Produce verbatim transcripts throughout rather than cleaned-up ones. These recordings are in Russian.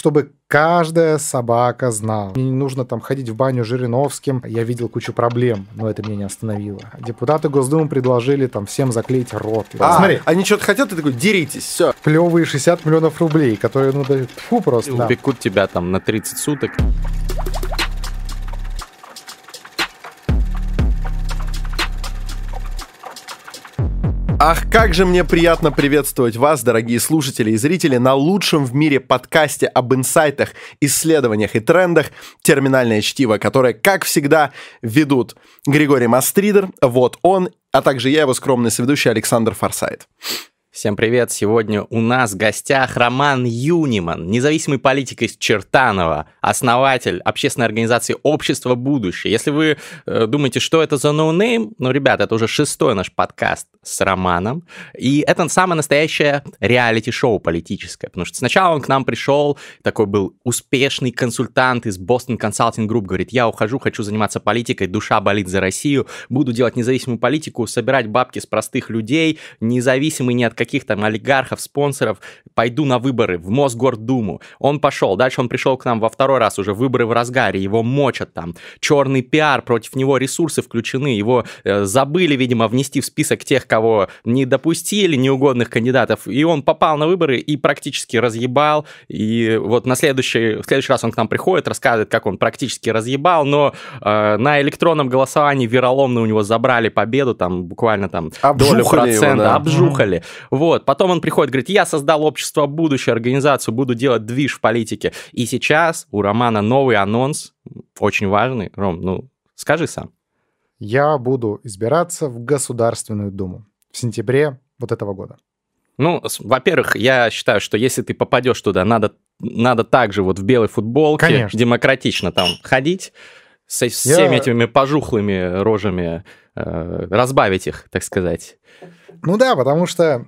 чтобы каждая собака знала. Мне не нужно там ходить в баню Жириновским. Я видел кучу проблем, но это меня не остановило. Депутаты Госдумы предложили там всем заклеить рот. А, смотри, они что-то хотят, ты такой, деритесь, все. Клевые шестьдесят миллионов рублей, которые, ну, да, фу, просто. Да. Упекут тебя там на тридцать суток. Ах, как же мне приятно приветствовать вас, дорогие слушатели и зрители, на лучшем в мире подкасте об инсайтах, исследованиях и трендах «Терминальное чтиво», которое, как всегда, ведут Григорий Мастридер, вот он, а также я, его скромный соведущий Александр Форсайт. Всем привет! Сегодня у нас в гостях Роман Юниман, независимый политик из Чертанова, основатель общественной организации «Общество будущее». Если вы э, думаете, что это за ноунейм, ну, ребята, это уже шестой наш подкаст с Романом, и это самое настоящее реалити-шоу политическое, потому что сначала он к нам пришел, такой был успешный консультант из Boston Consulting Group, говорит, я ухожу, хочу заниматься политикой, душа болит за Россию, буду делать независимую политику, собирать бабки с простых людей, независимый ни от каких там олигархов, спонсоров, пойду на выборы в Мосгордуму. Он пошел, дальше он пришел к нам во второй раз, уже выборы в разгаре, его мочат там, черный пиар, против него ресурсы включены, его э, забыли, видимо, внести в список тех, кого не допустили, неугодных кандидатов, и он попал на выборы и практически разъебал, и вот на следующий, в следующий раз он к нам приходит, рассказывает, как он практически разъебал, но э, на электронном голосовании вероломно у него забрали победу, там буквально там долю процента, его, да. обжухали. Вот, потом он приходит, говорит, я создал общество будущее, организацию, буду делать движ в политике. И сейчас у Романа новый анонс, очень важный. Ром, ну, скажи сам. Я буду избираться в Государственную Думу в сентябре вот этого года. Ну, во-первых, я считаю, что если ты попадешь туда, надо, надо также вот в белой футболке, конечно, демократично там ходить, со я... всеми этими пожухлыми рожами, э, разбавить их, так сказать. Ну да, потому что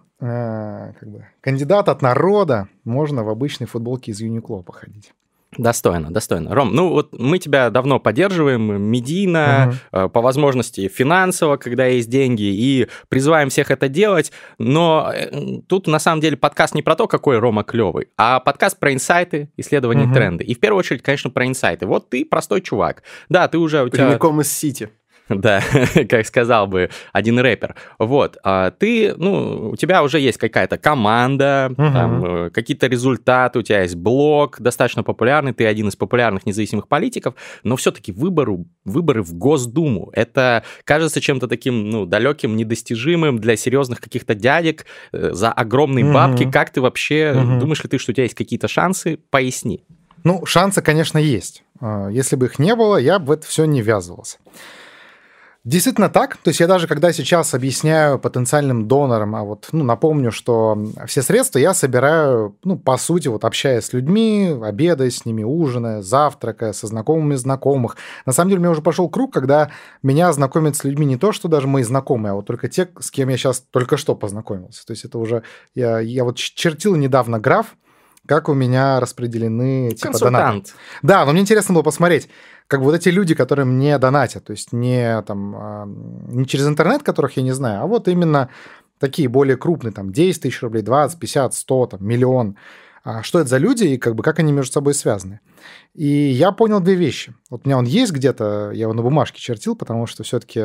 э, как бы, кандидат от народа, можно в обычной футболке из Юникло походить. Достойно, достойно. Ром, ну вот мы тебя давно поддерживаем медийно, uh-huh. э, по возможности финансово, когда есть деньги, и призываем всех это делать, но э, тут на самом деле подкаст не про то, какой Рома клевый, а подкаст про инсайты, исследования, uh-huh. тренды. И в первую очередь, конечно, про инсайты. Вот ты простой чувак. Да, ты уже... У тебя... Прямиком из Сити. Да, как сказал бы один рэпер. Вот, а ты, ну, у тебя уже есть какая-то команда, угу. там, какие-то результаты, у тебя есть блог достаточно популярный, ты один из популярных независимых политиков, но все-таки выборы, выборы в Госдуму, это кажется чем-то таким, ну, далеким, недостижимым для серьезных каких-то дядек за огромные угу. бабки. Как ты вообще, угу. думаешь ли ты, что у тебя есть какие-то шансы? Поясни. Ну, шансы, конечно, есть. Если бы их не было, я бы в это все не ввязывался. Действительно так. То есть я даже когда сейчас объясняю потенциальным донорам, а вот, ну, напомню, что все средства я собираю, ну, по сути, вот общаясь с людьми, обедая с ними, ужиная, завтракая, со знакомыми знакомых. На самом деле у меня уже пошел круг, когда меня знакомят с людьми не то, что даже мои знакомые, а вот только те, с кем я сейчас только что познакомился. То есть это уже... Я, я вот чертил недавно граф, как у меня распределены типа донаты. Да, но мне интересно было посмотреть, как вот эти люди, которые мне донатят, то есть не, там, не через интернет, которых я не знаю, а вот именно такие более крупные, там, десять тысяч рублей, двадцать, пятьдесят, сто, там, миллион. Что это за люди и как бы как они между собой связаны. И я понял две вещи. Вот у меня он есть где-то, я его на бумажке чертил, потому что все-таки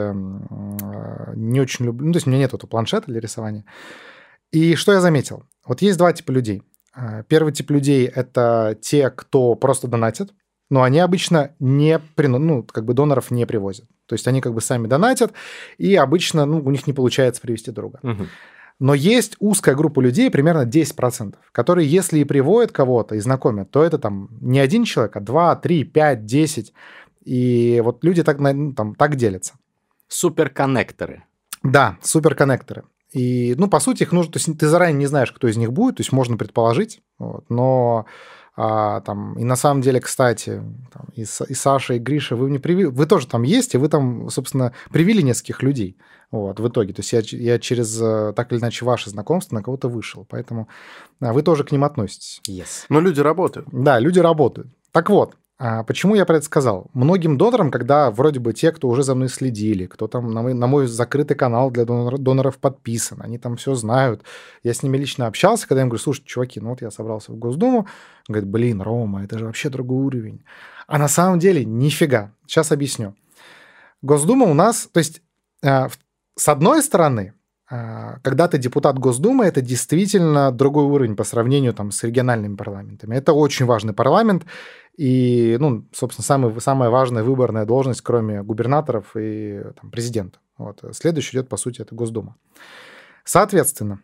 не очень люблю, ну, то есть у меня нет этого планшета для рисования. И что я заметил? Вот есть два типа людей. Первый тип людей – это те, кто просто донатит, но они обычно не приносят, ну, как бы доноров не привозят. То есть они как бы сами донатят, и обычно, ну, у них не получается привести друга. Угу. Но есть узкая группа людей, примерно десять процентов, которые, если и приводят кого-то и знакомят, то это там не один человек, а два, три, пять, десять. И вот люди так, ну, там, так делятся. Суперконнекторы. Да, суперконнекторы. И, ну, по сути, их нужно... То есть ты заранее не знаешь, кто из них будет, то есть можно предположить, вот, но... А, там, и на самом деле, кстати, там, и, и Саша, и Гриша, вы мне привили, вы тоже там есть, и вы там, собственно, привили нескольких людей вот, в итоге. То есть я, я через, так или иначе, ваше знакомство на кого-то вышел, поэтому а, вы тоже к ним относитесь. Yes. Но люди работают. Да, люди работают. Так вот, А почему я про это сказал? Многим донорам, когда вроде бы те, кто уже за мной следили, кто там на мой, на мой закрытый канал для донор, доноров подписан, они там все знают. Я с ними лично общался, когда я им говорю, слушай, чуваки, ну вот я собрался в Госдуму. Он говорит, блин, Рома, это же вообще другой уровень. А на самом деле нифига. Сейчас объясню. Госдума у нас, то есть с одной стороны, когда ты депутат Госдумы, это действительно другой уровень по сравнению там, с региональными парламентами. Это очень важный парламент, и, ну, собственно, самый, самая важная выборная должность, кроме губернаторов и там, президента. Вот. Следующий идет, по сути, это Госдума. Соответственно,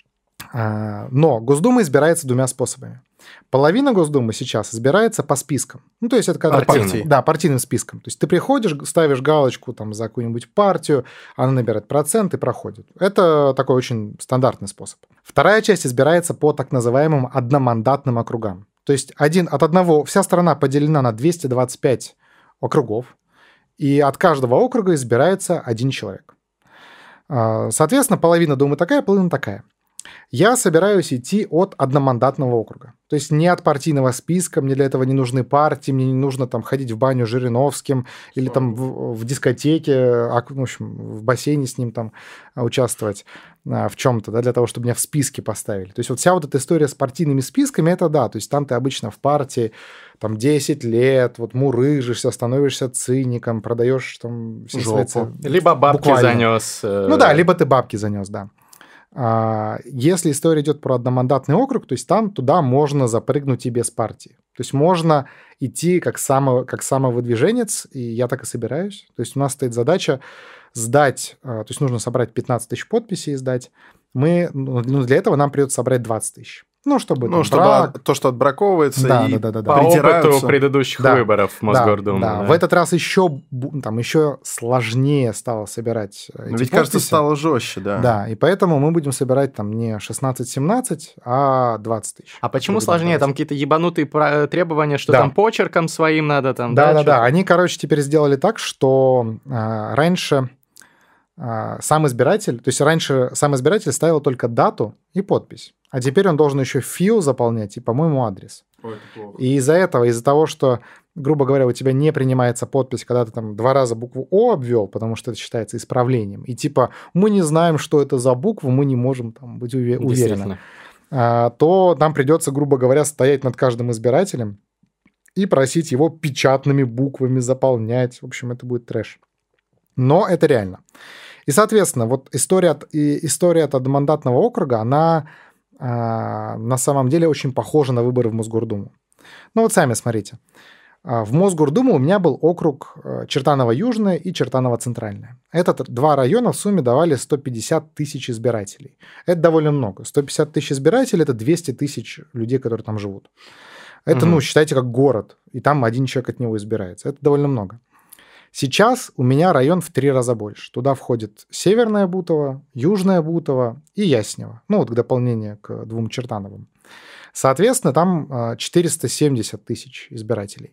но Госдума избирается двумя способами. Половина Госдумы сейчас избирается по спискам. Ну, то есть это когда... Партийный. Да, партийным списком. То есть ты приходишь, ставишь галочку там, за какую-нибудь партию, она набирает процент и проходит. Это такой очень стандартный способ. Вторая часть избирается по так называемым одномандатным округам. То есть один от одного... Вся страна поделена на двести двадцать пять округов, и от каждого округа избирается один человек. Соответственно, половина Думы такая, половина такая. Я собираюсь идти от одномандатного округа. То есть не от партийного списка, мне для этого не нужны партии, мне не нужно там ходить в баню с Жириновским или там в, в дискотеке, в общем, в бассейне с ним там участвовать в чем-то, да, для того, чтобы меня в списке поставили. То есть вот вся вот эта история с партийными списками, это да, то есть там ты обычно в партии там десять лет, вот мурыжишься, становишься циником, продаешь там... Все свои... Либо бабки буквально занес. Ну да, либо ты бабки занес, да. Если история идет про одномандатный округ, то есть там туда можно запрыгнуть и без партии. То есть можно идти как, само, как самовыдвиженец, и я так и собираюсь. То есть у нас стоит задача сдать, то есть нужно собрать пятнадцать тысяч подписей и сдать. Мы, ну, для этого нам придется собрать двадцать тысяч. Ну, чтобы, ну, там, чтобы брак... то, что отбраковывается, да, и да, да, да, по опыту предыдущих да, выборов в Мосгордуму. Да, да. Да. В этот раз еще, там, еще сложнее стало собирать эти Ведь, подписи. Кажется, стало жестче, да. Да, и поэтому мы будем собирать там не шестнадцать-семнадцать, а двадцать тысяч. А почему сложнее? Там какие-то ебанутые требования, что да. там почерком своим надо там... Да, да, да. да. Они, короче, теперь сделали так, что а, раньше... сам избиратель, то есть раньше сам избиратель ставил только дату и подпись, а теперь он должен еще ФИО заполнять и, по-моему, адрес. Ой, это плохо. И из-за этого, из-за того, что, грубо говоря, у тебя не принимается подпись, когда ты там два раза букву О обвел, потому что это считается исправлением, и типа мы не знаем, что это за буква, мы не можем там быть уверены, то нам придется, грубо говоря, стоять над каждым избирателем и просить его печатными буквами заполнять. В общем, это будет трэш. Но это реально. И, соответственно, вот история от, и история от одномандатного округа, она э, на самом деле очень похожа на выборы в Мосгордуму. Ну вот сами смотрите. В Мосгордуму у меня был округ Чертаново-Южное и Чертаново-Центральное. Это два района в сумме давали сто пятьдесят тысяч избирателей. Это довольно много. сто пятьдесят тысяч избирателей – это двести тысяч людей, которые там живут. Это, угу. ну, считайте, как город, и там один человек от него избирается. Это довольно много. Сейчас у меня район в три раза больше. Туда входит Северное Бутово, Южное Бутово и Яснево. Ну, вот к дополнению к двум Чертановым. Соответственно, там четыреста семьдесят тысяч избирателей.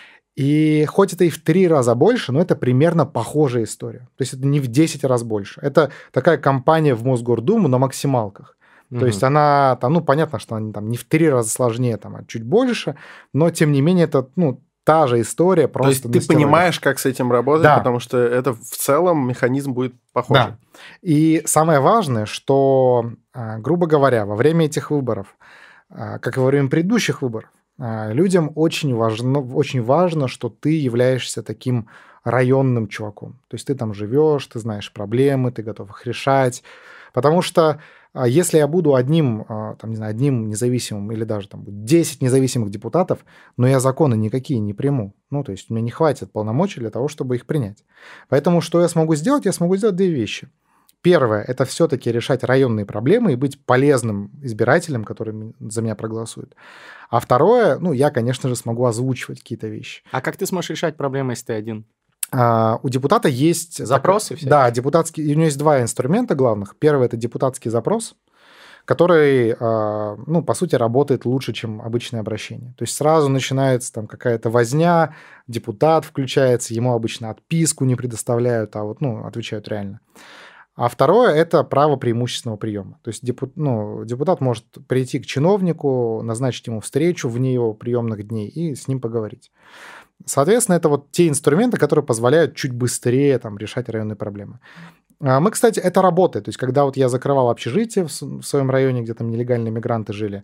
И хоть это и в три раза больше, но это примерно похожая история. То есть это не в десять раз больше. Это такая кампания в Мосгордуму на максималках. То угу. есть она, там, ну, понятно, что она там, не в три раза сложнее, там, а чуть больше, но, тем не менее, это, ну, та же история, просто... То есть ты понимаешь, как с этим работать, да. потому что это в целом механизм будет похожий. Да. И самое важное, что, грубо говоря, во время этих выборов, как и во время предыдущих выборов, людям очень важно, очень важно, что ты являешься таким районным чуваком. То есть ты там живешь, ты знаешь проблемы, ты готов их решать. Потому что если я буду одним, там, не знаю, одним независимым или даже там десять независимых депутатов, но я законы никакие не приму. Ну, то есть мне не хватит полномочий для того, чтобы их принять. Поэтому что я смогу сделать? Я смогу сделать две вещи. Первое – это все-таки решать районные проблемы и быть полезным избирателем, который за меня проголосует. А второе, ну, я, конечно же, смогу озвучивать какие-то вещи. А как ты сможешь решать проблемы, если ты один? Uh, у депутата есть... Запросы все? Да, депутатский... У него есть два инструмента главных. Первый – это депутатский запрос, который, uh, ну, по сути, работает лучше, чем обычное обращение. То есть сразу начинается там какая-то возня, депутат включается, ему обычно отписку не предоставляют, а вот, ну, отвечают реально. А второе – это право преимущественного приема. То есть депут, ну, депутат может прийти к чиновнику, назначить ему встречу вне его приемных дней и с ним поговорить. Соответственно, это вот те инструменты, которые позволяют чуть быстрее там, решать районные проблемы. Мы, кстати, это работает. То есть, когда вот я закрывал общежитие в своем районе, где там нелегальные мигранты жили,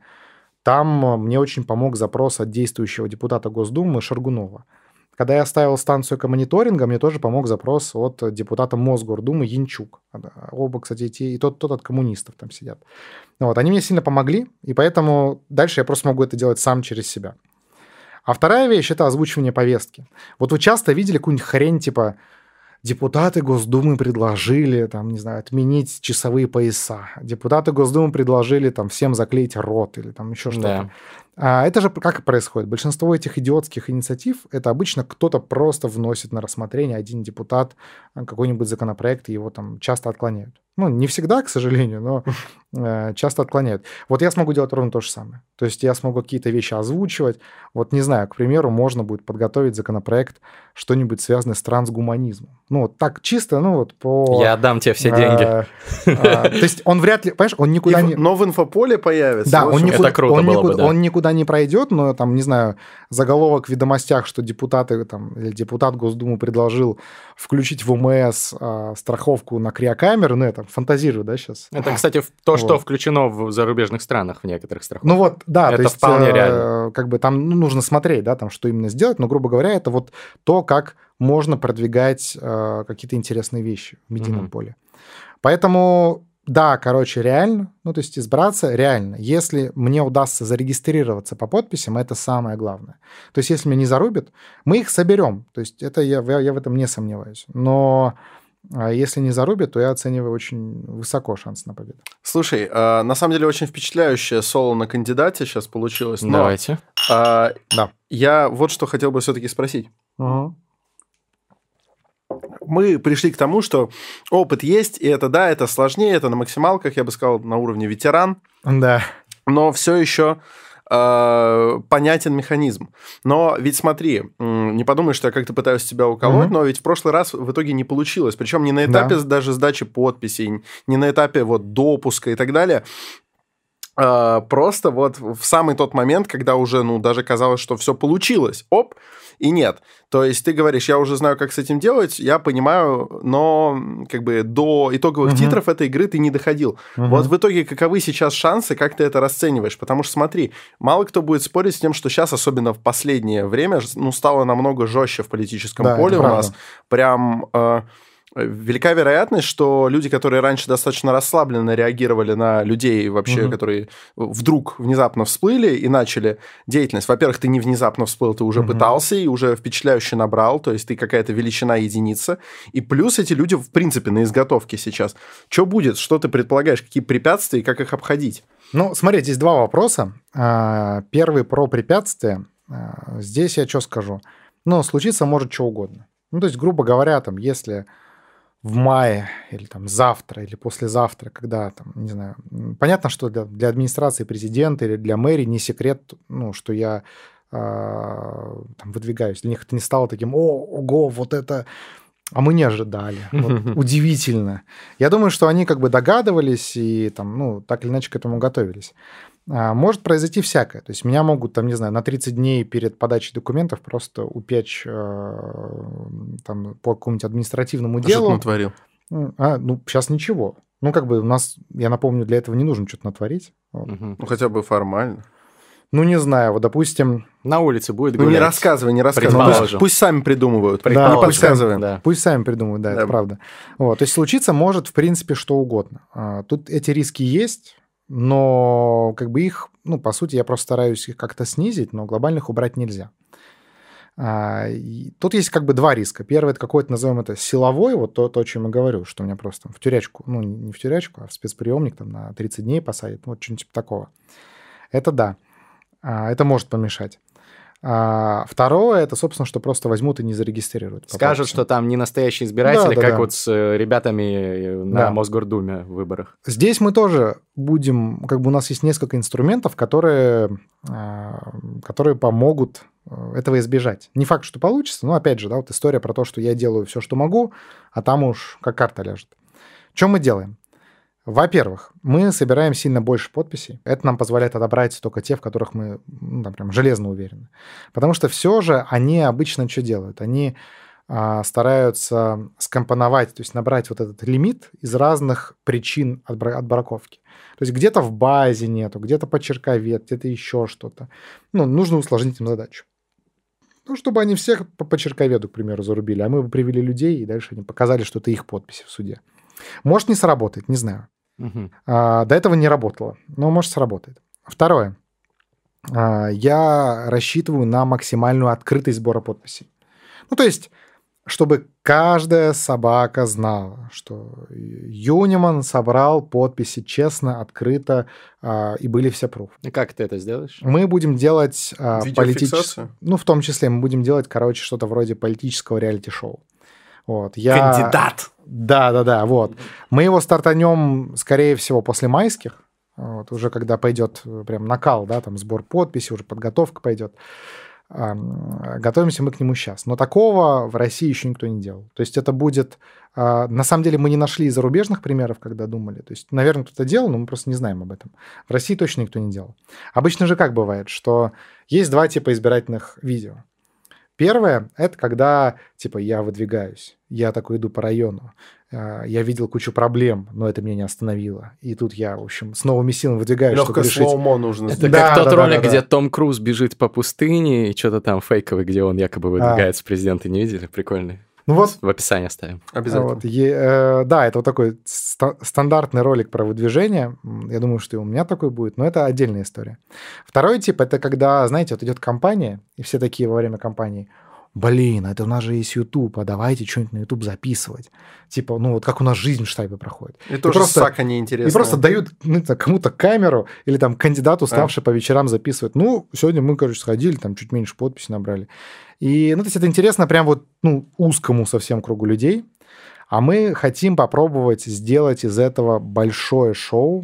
там мне очень помог запрос от действующего депутата Госдумы Шаргунова. Когда я ставил станцию экомониторинга, мне тоже помог запрос от депутата Мосгордумы Янчук. Оба, кстати, и тот, тот от коммунистов там сидят. Вот, они мне сильно помогли, и поэтому дальше я просто могу это делать сам через себя. А вторая вещь – это озвучивание повестки. Вот вы часто видели какую-нибудь хрень, типа депутаты Госдумы предложили, там, не знаю, отменить часовые пояса. Депутаты Госдумы предложили там всем заклеить рот или там еще что-то. Да. А это же как происходит? Большинство этих идиотских инициатив – это обычно кто-то просто вносит на рассмотрение, один депутат, какой-нибудь законопроект, и его там часто отклоняют. Ну, не всегда, к сожалению, но э, часто отклоняют. Вот я смогу делать ровно то же самое. То есть я смогу какие-то вещи озвучивать. Вот, не знаю, к примеру, можно будет подготовить законопроект, что-нибудь связанное с трансгуманизмом. Ну, вот так чисто, ну, вот по... Я отдам тебе все деньги. Э, э, то есть он вряд ли, понимаешь, он никуда не... Но в инфополе появится. Да, он никуда, это круто он, было никуда, бы, да. он никуда не пройдет, но там, не знаю, заголовок в ведомостях, что депутаты, там, или депутат Госдумы предложил включить в ОМС а, страховку на криокамеры, ну, я там фантазирую, да, сейчас? Это, кстати, то, что Вот. включено в зарубежных странах в некоторых страхах. Ну вот, да, Это то есть, вполне э, реально. как бы там ну, нужно смотреть, да, там, что именно сделать, но, грубо говоря, это вот то, как можно продвигать э, какие-то интересные вещи в медийном Мгм. поле. Поэтому, да, короче, реально, ну, то есть избраться реально. Если мне удастся зарегистрироваться по подписям, это самое главное. То есть если меня не зарубят, мы их соберем. То есть это я, я, я в этом не сомневаюсь. Но а если не зарубят, то я оцениваю очень высоко шанс на победу. Слушай, э, на самом деле очень впечатляющее соло на кандидате сейчас получилось. Но, Давайте. э, Да. я вот что хотел бы все-таки спросить. Угу. Мы пришли к тому, что опыт есть, и это, да, это сложнее, это на максималках, я бы сказал, на уровне ветеран, Да. но все еще э, понятен механизм. Но ведь смотри, м, не подумай, что я как-то пытаюсь тебя уколоть, Мгм. но ведь в прошлый раз в итоге не получилось. Причем не на этапе Да. даже сдачи подписей, не на этапе вот допуска и так далее. Э, просто вот в самый тот момент, когда уже, ну, даже казалось, что все получилось, оп, и нет. То есть ты говоришь, я уже знаю, как с этим делать, я понимаю, но как бы до итоговых Мгм. титров этой игры ты не доходил. Мгм. Вот в итоге каковы сейчас шансы, как ты это расцениваешь? Потому что смотри, мало кто будет спорить с тем, что сейчас, особенно в последнее время, ну, стало намного жестче в политическом Да, поле это у правда. нас. Прям... э, велика вероятность, что люди, которые раньше достаточно расслабленно реагировали на людей вообще, Мгм. которые вдруг внезапно всплыли и начали деятельность. Во-первых, ты не внезапно всплыл, ты уже Мгм. пытался и уже впечатляюще набрал, то есть ты какая-то величина, единица. И плюс эти люди, в принципе, на изготовке сейчас. Что будет? Что ты предполагаешь? Какие препятствия и как их обходить? Ну, смотри, здесь два вопроса. А, Первый про препятствия. А, Здесь я что скажу? Ну, случиться может что угодно. Ну, то есть, грубо говоря, там, если в мае или там завтра или послезавтра, когда там, не знаю, м, понятно, что для, для администрации президента или для мэрии не секрет, ну, что я а, там выдвигаюсь. Для них это не стало таким, о, ого, вот это... А мы не ожидали. Вот, удивительно. Я думаю, что они как бы догадывались и там, ну, так или иначе к этому готовились. А, может произойти всякое. То есть меня могут, там, не знаю, на тридцать дней перед подачей документов просто упечь э, там, по какому-нибудь административному Что ты делу. натворил? А, ну, сейчас ничего. Ну, как бы у нас, я напомню, для этого не нужно что-то натворить. Вот. Мгм. Ну, хотя бы формально. Ну, не знаю, вот, допустим, На улице будет Ну, гулять. не рассказывай, не рассказывай. Предположим. Пусть, пусть сами придумывают. Да, не пусть подсказываем. Да. пусть сами придумают, да, Да. это правда. Вот, то есть случиться может, в принципе, что угодно. А, Тут эти риски есть, но как бы их, ну, по сути, я просто стараюсь их как-то снизить, но глобальных убрать нельзя. А, и Тут есть как бы два риска. Первый – это какой-то, назовем это, силовой, вот то, то, о чем я говорю, что меня просто там в тюрячку, ну, не в тюрячку, а в спецприемник там на тридцать дней посадят, вот что-нибудь типа такого. Это да. А, Это может помешать. А второе – это, собственно, что просто возьмут и не зарегистрируют. по Скажут, подписям. что там не настоящие избиратели, Да, да, как да. вот с э, ребятами на Да. Мосгордуме в выборах. Здесь мы тоже будем, как бы у нас есть несколько инструментов, которые, а, которые помогут а, этого избежать. Не факт, что получится, но опять же, да, вот история про то, что я делаю все, что могу, а там уж как карта ляжет. Что мы делаем? Во-первых, мы собираем сильно больше подписей. Это нам позволяет отобрать только те, в которых мы, ну, там, прям железно уверены. Потому что все же они обычно что делают? Они а, стараются скомпоновать, то есть набрать вот этот лимит из разных причин отбра- отбраковки. То есть где-то в базе нету, где-то почерковед, где-то еще что-то. Ну, нужно усложнить им задачу. Ну, чтобы они всех по почерковеду, к примеру, зарубили, а мы бы привели людей, и дальше они показали, что это их подписи в суде. Может, не сработает, не знаю. Uh-huh. А, до этого не работало, но, может, сработает. Второе. А, я рассчитываю на максимальную открытость сбора подписей. Ну, то есть, чтобы каждая собака знала, что Юниман собрал подписи честно, открыто, а, и были все пруфы. И как ты это сделаешь? Мы будем делать а, политическое... Ну, в том числе мы будем делать, короче, что-то вроде политического реалити-шоу. Вот, я... Кандидат! Да-да-да, вот. Мы его стартанем, скорее всего, после майских, вот, уже когда пойдет прям накал, да, там сбор подписей, уже подготовка пойдет. Готовимся мы к нему сейчас. Но такого в России еще никто не делал. То есть это будет... На самом деле мы не нашли зарубежных примеров, когда думали. То есть, наверное, кто-то делал, но мы просто не знаем об этом. В России точно никто не делал. Обычно же как бывает, что есть два типа избирательных видео. Первое – это когда, типа, я выдвигаюсь, я такой иду по району, я видел кучу проблем, но это меня не остановило. И тут я, в общем, с новыми силами выдвигаюсь, Легкое чтобы решить... слоумо нужно. Это да, как тот да, ролик, да, да, где да. Том Круз бежит по пустыне, и что-то там фейковый, где он якобы выдвигается в президенты. Не видели? Прикольный. Ну вот, в описании оставим. Обязательно. Вот, е, э, да, это вот такой ста- стандартный ролик про выдвижение. Я думаю, что и у меня такой будет, но это отдельная история. Второй тип – это когда, знаете, вот идет кампания, и все такие во время кампании: блин, это у нас же есть YouTube, а давайте что-нибудь на YouTube записывать. Типа, ну вот как у нас жизнь в штабе проходит. И, и тоже просто, сака неинтересно. И просто дают, ну, кому-то камеру или там кандидату, ставший а. по вечерам, записывать. Ну, сегодня мы, короче, сходили, там чуть меньше подписей набрали. И, ну, то есть это интересно прям вот, ну, узкому совсем кругу людей. А мы хотим попробовать сделать из этого большое шоу,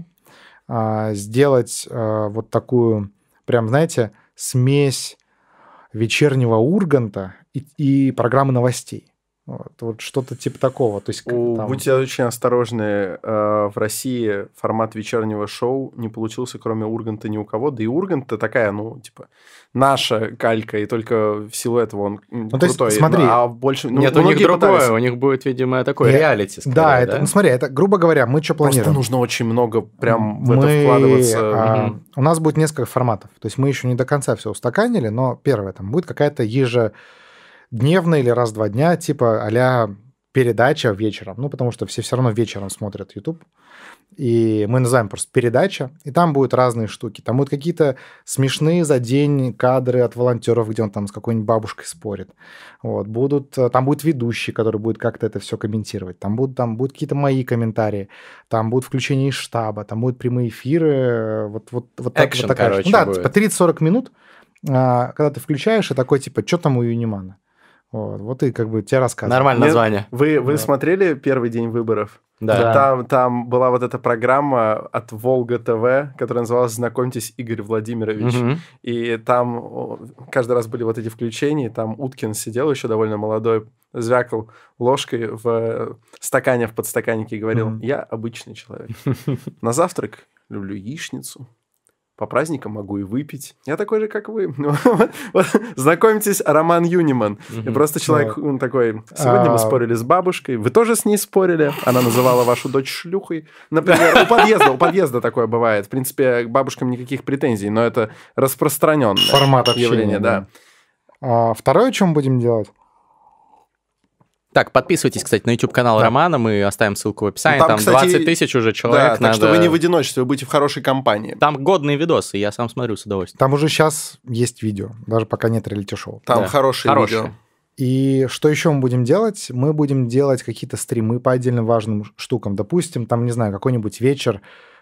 сделать вот такую, прям, знаете, смесь вечернего Урганта и, и программы новостей. Вот, вот что-то типа такого. То есть, О, там... Будьте очень осторожны. В России формат вечернего шоу не получился, кроме Урганта, ни у кого. Да и Ургант-то такая, ну, типа, наша калька, и только в силу этого он ну, крутой. То есть, смотри, а больше... Ну, нет, у них другое, пытались. У них будет, видимо, такое Нет, реалити. Скорее, да, да, это, ну, смотри, это, грубо говоря, мы что планируем? Просто нужно очень много прям в мы, это вкладываться. А, угу. У нас будет несколько форматов. То есть мы еще не до конца все устаканили, но первое, там будет какая-то ежедневная или раз в два дня, типа а-ля передача вечером. Ну, потому что все все равно вечером смотрят YouTube. И мы называем просто передача, и там будут разные штуки. Там будут какие-то смешные за день кадры от волонтеров, где он там с какой-нибудь бабушкой спорит. Вот. Будут, там будет ведущий, который будет как-то это все комментировать. Там будут, там будут какие-то мои комментарии. Там будут включения из штаба, там будут прямые эфиры. Вот, вот, вот, так, Экшен, вот такая. короче, ну, да, будет. типа тридцать-сорок минут, когда ты включаешь, и такой, типа, что там у Юнимана? Вот, вот и как бы тебе рассказывают. Нормальное название. Вы, вы да. смотрели первый день выборов? Да. Там, там была вот эта программа от Волга ТВ, которая называлась «Знакомьтесь, Игорь Владимирович». Угу. И там каждый раз были вот эти включения. Там Уткин сидел еще довольно молодой, звякал ложкой в стакане, в подстаканнике и говорил: угу. я обычный человек. На завтрак люблю яичницу. По праздникам могу и выпить. Я такой же, как вы. Знакомьтесь, Роман Юниман. И просто человек он такой: сегодня мы спорили с бабушкой. Вы тоже с ней спорили? Она называла вашу дочь шлюхой. Например, у подъезда, у подъезда такое бывает. В принципе, к бабушкам никаких претензий, но это распространенное формат общения, явление. Да. А, второе, что мы будем делать? Так, подписывайтесь, кстати, на YouTube-канал да. Романа, мы оставим ссылку в описании, там, там кстати, двадцать тысяч уже человек. Да, надо... так что вы не в одиночестве, вы будете в хорошей компании. Там годные видосы, я сам смотрю с удовольствием. Там уже сейчас есть видео, даже пока нет реалити-шоу. Там да. хорошие, хорошие видео. И что еще мы будем делать? Мы будем делать какие-то стримы по отдельным важным штукам. Допустим, там, не знаю, какой-нибудь вечер,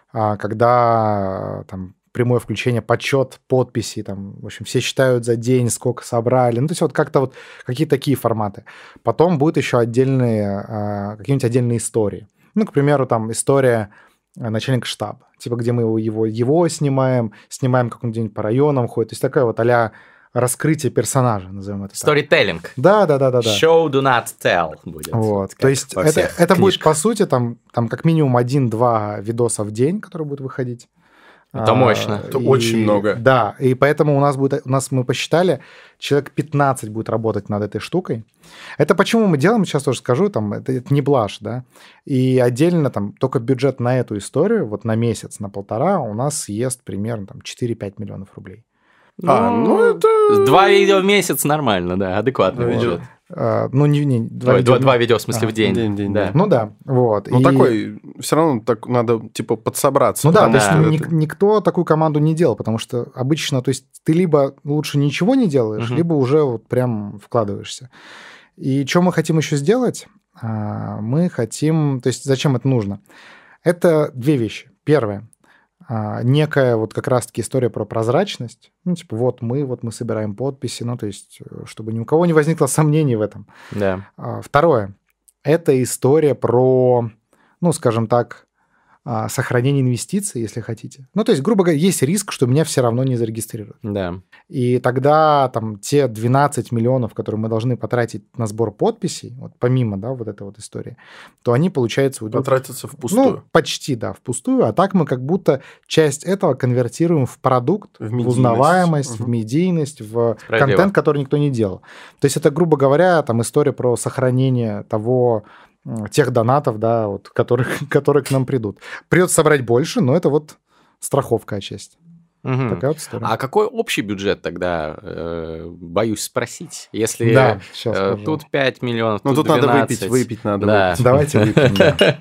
когда там прямое включение, подсчет подписей, там, в общем, все считают за день, сколько собрали. Ну, то есть вот как-то вот какие-то такие форматы. Потом будут еще отдельные, какие-нибудь отдельные истории. Ну, к примеру, там история начальника штаба, типа где мы его, его, его снимаем, снимаем, как он где-нибудь по районам ходит. То есть такая вот а-ля раскрытие персонажа, назовем это так. Storytelling. Да, да, да, да, да. Show do not tell будет. Вот. То есть это, это будет, по сути, там, там как минимум один-два видоса в день, которые будут выходить. Это а, мощно. Это и, очень много. Да, и поэтому у нас будет, у нас мы посчитали, человек пятнадцать будет работать над этой штукой. Это почему мы делаем, сейчас тоже скажу, там, это, это не блажь, да. И отдельно там только бюджет на эту историю, вот на месяц, на полтора, у нас съест примерно там четыре-пять миллионов рублей. А, ну, ну это... Два видео в месяц нормально, да, адекватно бюджет. Uh, ну, не, не два, Ой, видео... два видео, в смысле, а, в день. день, день да. Ну да, вот. Ну и... такой, все равно так надо, типа, подсобраться. Ну да, то есть это... ник- никто такую команду не делал, потому что обычно, то есть ты либо лучше ничего не делаешь, угу. либо уже вот прям вкладываешься. И что мы хотим еще сделать? Мы хотим, то есть зачем это нужно? Это две вещи. Первое. Некая вот как раз-таки история про прозрачность. Ну, типа, вот мы, вот мы собираем подписи, ну, то есть, чтобы ни у кого не возникло сомнений в этом. Да. Второе. Это история про, ну, скажем так, сохранение инвестиций, если хотите. Ну, то есть, грубо говоря, есть риск, что меня все равно не зарегистрируют. Да. И тогда там те двенадцать миллионов, которые мы должны потратить на сбор подписей, вот помимо, да, вот этой вот истории, то они, получается, уйдут... Потратятся впустую. Ну, почти, да, впустую. А так мы как будто часть этого конвертируем в продукт, в, в узнаваемость, угу. в медийность, в контент, который никто не делал. То есть это, грубо говоря, там история про сохранение того... тех донатов, да, вот, которые, которые к нам придут. Придется собрать больше, но это вот страховка отчасти. Угу. Такая вот история. А какой общий бюджет тогда, э, боюсь спросить, если да, э, тут пять миллионов, ну, тут тут двенадцать. Надо выпить, выпить надо. Да. Выпить. Давайте выпьем,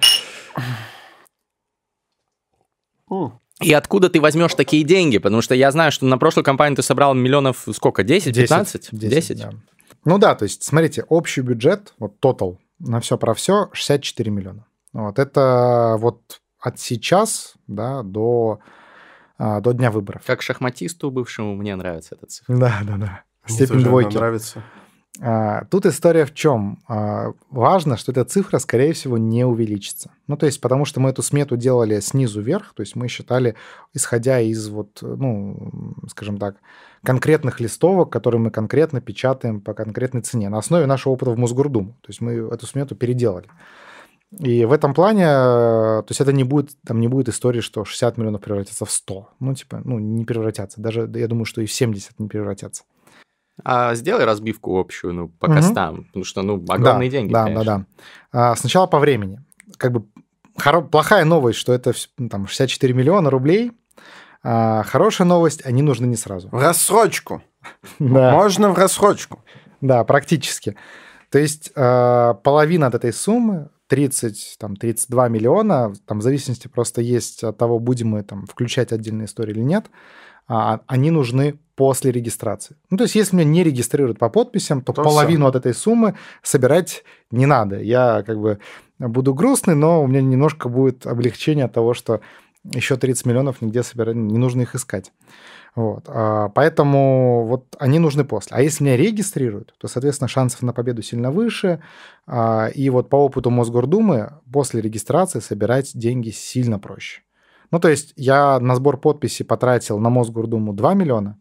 да. И откуда ты возьмешь такие деньги? Потому что я знаю, что на прошлой кампании ты собрал миллионов сколько, десять-пятнадцать? десять? Да. Ну да, то есть, смотрите, общий бюджет, вот тотал, на все про все шестьдесят четыре миллиона. Вот это вот от сейчас, да, до, до дня выборов. Как шахматисту бывшему мне нравится эта цифра. Да, да, да. Степень двойки. Нравится. А, тут история в чем? А, важно, что эта цифра, скорее всего, не увеличится. Ну, то есть, потому что мы эту смету делали снизу вверх, то есть мы считали, исходя из вот, ну, скажем так, конкретных листовок, которые мы конкретно печатаем по конкретной цене, на основе нашего опыта в Мосгордуму. То есть мы эту смету переделали. И в этом плане, то есть это не будет, там не будет истории, что шестьдесят миллионов превратятся в сто. Ну, типа, ну, не превратятся. Даже, я думаю, что и в семьдесят не превратятся. А сделай разбивку общую, ну, по угу. костам, потому что, ну, огромные да, деньги, да, конечно. Да, да, да. Сначала по времени. Как бы хоро- плохая новость, что это там шестьдесят четыре миллиона рублей. А хорошая новость, они нужны не сразу. В рассрочку. Да. Можно в рассрочку. Да, практически. То есть половина от этой суммы, тридцать, там, тридцать два миллиона, там, в зависимости просто есть от того, будем мы там включать отдельные истории или нет, они нужны после регистрации. Ну, то есть, если меня не регистрируют по подписям, то, то половину все. От этой суммы собирать не надо. Я как бы буду грустный, но у меня немножко будет облегчение от того, что еще тридцать миллионов нигде собирать, не нужно их искать. Вот. Поэтому вот они нужны после. А если меня регистрируют, то, соответственно, шансов на победу сильно выше. И вот по опыту Мосгордумы после регистрации собирать деньги сильно проще. Ну, то есть я на сбор подписей потратил на Мосгордуму два миллиона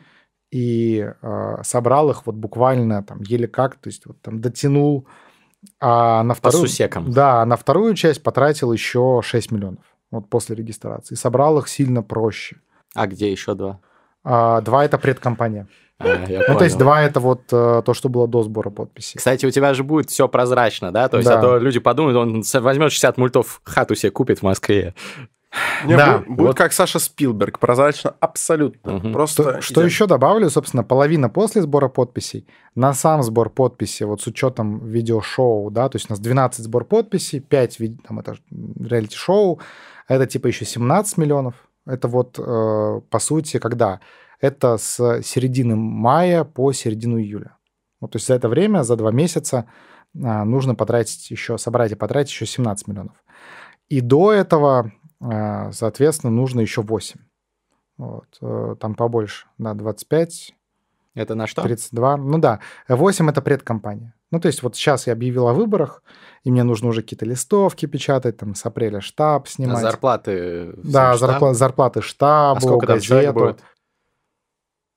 и э, собрал их вот буквально там еле как, то есть вот там дотянул. А на вторую, по сусекам. Да, на вторую часть потратил еще шесть миллионов вот после регистрации. Собрал их сильно проще. А где еще два? А, два – это предкомпания. А, я ну, понял. То есть два – это вот э, то, что было до сбора подписей. Кстати, у тебя же будет все прозрачно, да? То есть, да. а то люди подумают, он возьмет шестьдесят мультов, хату себе купит в Москве. Не, да, будет, будет вот. Как Саша Спилберг, прозрачно абсолютно. Угу. Просто что, что еще добавлю, собственно, половина после сбора подписей. На сам сбор подписей, вот с учетом видеошоу, да, то есть у нас двенадцать сбор подписей, пять там, это реалити-шоу, это типа еще семнадцать миллионов. Это вот, э, по сути, когда? Это с середины мая по середину июля. Вот, то есть за это время, за два месяца э, нужно потратить еще, собрать и потратить еще семнадцать миллионов. И до этого... соответственно, нужно еще восемь. Вот. Там побольше, да, двадцать пять. Это на что? тридцать два. Ну да, восемь – это предкомпания. Ну, то есть вот сейчас я объявил о выборах, и мне нужно уже какие-то листовки печатать, там с апреля штаб снимать. Зарплаты? Да, зарплаты, зарплаты штабу, а сколько там человек будет?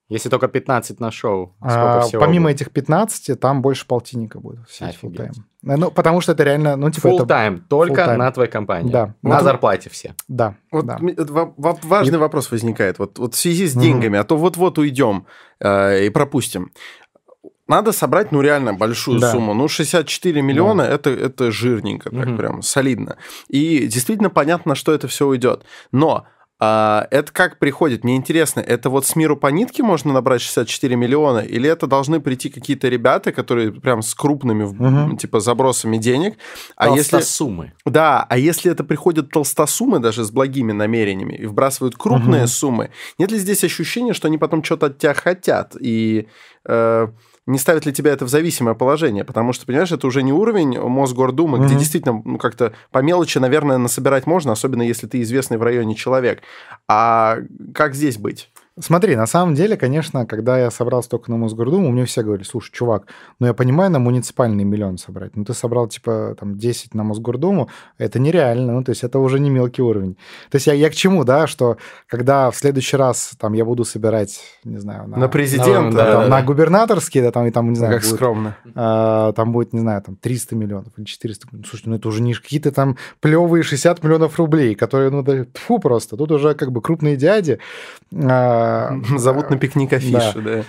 Если только пятнадцать на шоу, А, всего помимо будет? этих пятнадцати, там больше полтинника будет в сеть Офигеть. full-time. Ну, потому что это реально, ну, типа, Full это... time, только full-time. на твоей компании. Да. На Вот- зарплате все. Да, Вот да. м- это во- во- важный вопрос возникает. Вот, вот в связи с Мгм. деньгами, а то вот-вот уйдем э, и пропустим. Надо собрать, ну, реально большую Да. сумму. Ну, шестьдесят четыре миллиона это, это жирненько, так Мгм. прям солидно. И действительно понятно, на что это все уйдет. Но а, это как приходит? Мне интересно, это вот с миру по нитке можно набрать шестьдесят четыре миллиона? Или это должны прийти какие-то ребята, которые прям с крупными, в- Мгм. типа, забросами денег? А если... суммы. Да, а если это приходят толстосумы даже с благими намерениями и вбрасывают крупные Мгм. суммы, нет ли здесь ощущения, что они потом что-то от тебя хотят? И э, не ставит ли тебя это в зависимое положение? Потому что, понимаешь, это уже не уровень Мосгордумы, где Мгм. действительно ну, как-то по мелочи, наверное, насобирать можно, особенно если ты известный в районе человек. А как здесь быть? Смотри, на самом деле, конечно, когда я собрался только на Мосгордуму, мне все говорили, слушай, чувак, ну я понимаю, на муниципальный миллион собрать, ну ты собрал типа там десять на Мосгордуму, это нереально, ну то есть это уже не мелкий уровень. То есть я, я к чему, да, что когда в следующий раз там я буду собирать, не знаю, на, На президента? Ну, да, да, там, да, на да. губернаторские, да, там, и там, не знаю, Как будет, скромно. а, там будет, не знаю, там триста миллионов или четыреста. Ну, слушайте, ну это уже не какие-то там плевые шестьдесят миллионов рублей, которые, ну, да, тьфу просто. Тут уже как бы крупные дяди. а, Зовут на пикник афиши, да.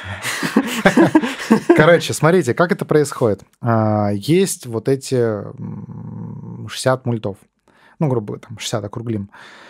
Короче, смотрите, как это происходит. А, Есть вот эти м, шестьдесят мультов. Ну, грубо говоря, там шестьдесят округлим.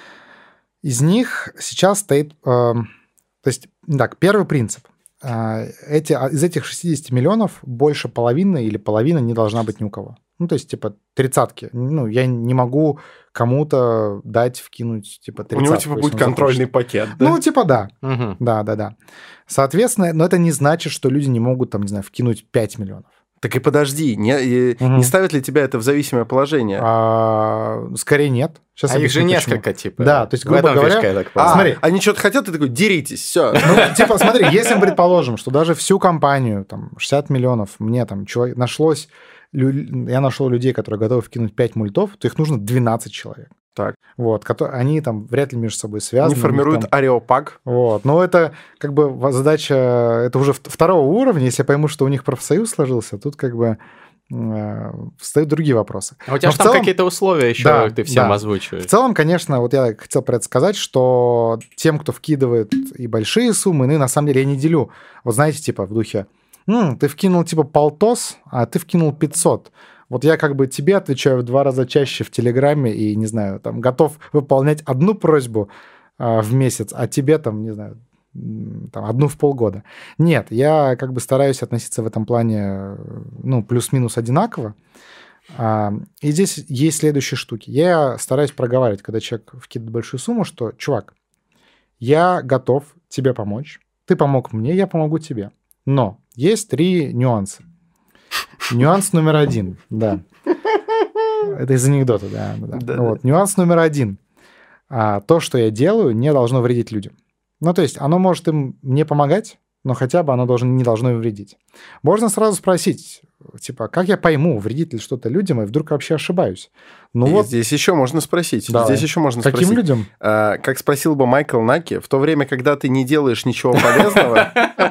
Из них сейчас стоит... э, То есть, так, первый принцип. А, Эти, а, из этих шестидесяти миллионов больше половины или половина не должна быть ни у кого. Ну, то есть, типа, тридцатки. Ну, я не могу кому-то дать, вкинуть, типа, У тридцатку. него, типа, если будет он контрольный захочет. пакет, да? Ну, типа, да. Мгм. Да, да, да. Соответственно, но это не значит, что люди не могут, там, не знаю, вкинуть пять миллионов. Так и подожди, не, и- Мгм. не ставит ли тебя это в зависимое положение? А, скорее нет. Сейчас А их же объясню, почему. несколько, типа. Да, то есть, В грубо этом говоря, фишка, я так А, понял. смотри. они что-то хотят, ты такой, деритесь, все. Ну, типа, смотри, если мы предположим, что даже всю компанию, там, шестьдесят миллионов, мне там человек нашлось, лю- я нашел людей, которые готовы вкинуть пять мультов, то их нужно двенадцать человек. Так. Вот, кото- они там вряд ли между собой связаны. Они у них формируют там- ареопаг. Вот, но это как бы во- задача, это уже вт- второго уровня, если я пойму, что у них профсоюз сложился, тут как бы э, встают другие вопросы. А у тебя Но же в там целом- какие-то условия еще Да, ты всем да. озвучиваешь. В целом, конечно, вот я хотел про это сказать, что тем, кто вкидывает и большие суммы, ну и на самом деле я не делю. Вот знаете, типа в духе, «М, ты вкинул типа полтос, а ты вкинул пятьсот. Вот я как бы тебе отвечаю в два раза чаще в Телеграме и, не знаю, там готов выполнять одну просьбу а, в месяц, а тебе там, не знаю, м, там, одну в полгода. Нет, я как бы стараюсь относиться в этом плане, э, ну, плюс-минус одинаково. А, И здесь есть следующие штуки. Я стараюсь проговаривать, когда человек вкидывает большую сумму, что, чувак, я готов тебе помочь, ты помог мне, я помогу тебе. Но есть три нюанса. Нюанс номер один, да. Это из анекдота, да. да, да. Да, Вот. Нюанс номер один. А, то, что я делаю, не должно вредить людям. Ну, то есть оно может им не помогать, но хотя бы оно должно, не должно им вредить. Можно сразу спросить, типа, как я пойму, вредит ли что-то людям, и вдруг вообще ошибаюсь. Ну И вот, здесь еще можно спросить. давай. Здесь еще можно каким спросить. людям? А, как спросил бы Майкл Наки, в то время, когда ты не делаешь ничего полезного,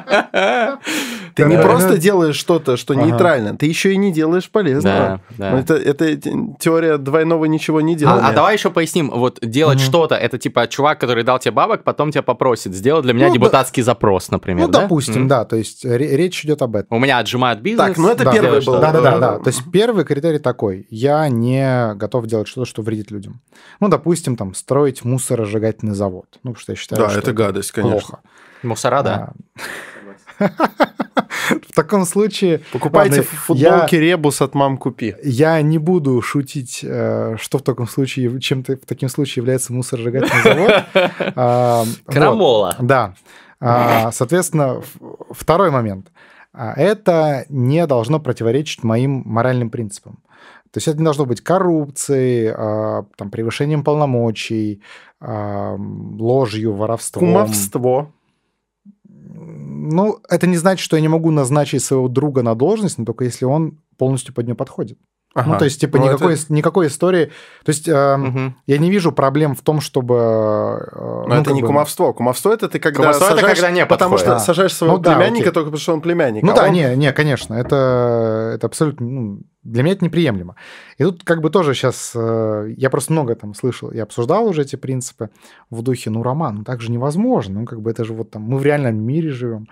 ты не Да. просто делаешь что-то, что Ага. нейтрально, ты еще и не делаешь полезного. Да, да. Ну, Это, это теория двойного ничего не А, делания. а давай еще поясним, вот делать Мгм. что-то, это типа чувак, который дал тебе бабок, потом тебя попросит сделать для меня Ну, да. депутатский запрос, например, Ну, да? допустим, М. да, то есть ре- речь идет об этом. У меня отжимают бизнес. Так, ну это Да, первый делай был. что-то. Да, да, да, Э, да. То есть первый критерий такой: я не готов делать что-то, что вредит людям. Ну, допустим, там строить мусоросжигательный завод. Ну, потому что я считаю, Да, что это гадость, конечно. плохо. Мусора, да. А, В таком случае... Покупайте ладно, футболки Ребус от мам купи. Я, я не буду шутить, э, что в таком случае, чем-то в таком случае является мусоросжигательный завод. А, вот. Крамола. Да. А, Соответственно, в- второй момент. А, Это не должно противоречить моим моральным принципам. То есть это не должно быть коррупцией, а, там, превышением полномочий, а, ложью, воровством. Кумовство. Ну, это не значит, что я не могу назначить своего друга на должность, но только если он полностью под нее подходит. Ага. Ну, то есть, типа, ну, никакой, это... никакой истории... То есть, э, угу. я не вижу проблем в том, чтобы... Э, Но ну, это не бы... кумовство. Кумовство — это ты когда кумовство сажаешь... это когда не потому подходит. что а. сажаешь своего ну, племянника да, только потому, что он племянник. Ну а да, он... не, не, конечно, это, это абсолютно... Ну, для меня это неприемлемо. И тут как бы тоже сейчас... Э, я просто много там слышал и обсуждал уже эти принципы в духе, ну, Роман, ну так же невозможно. Ну, как бы это же вот там... Мы в реальном мире живем.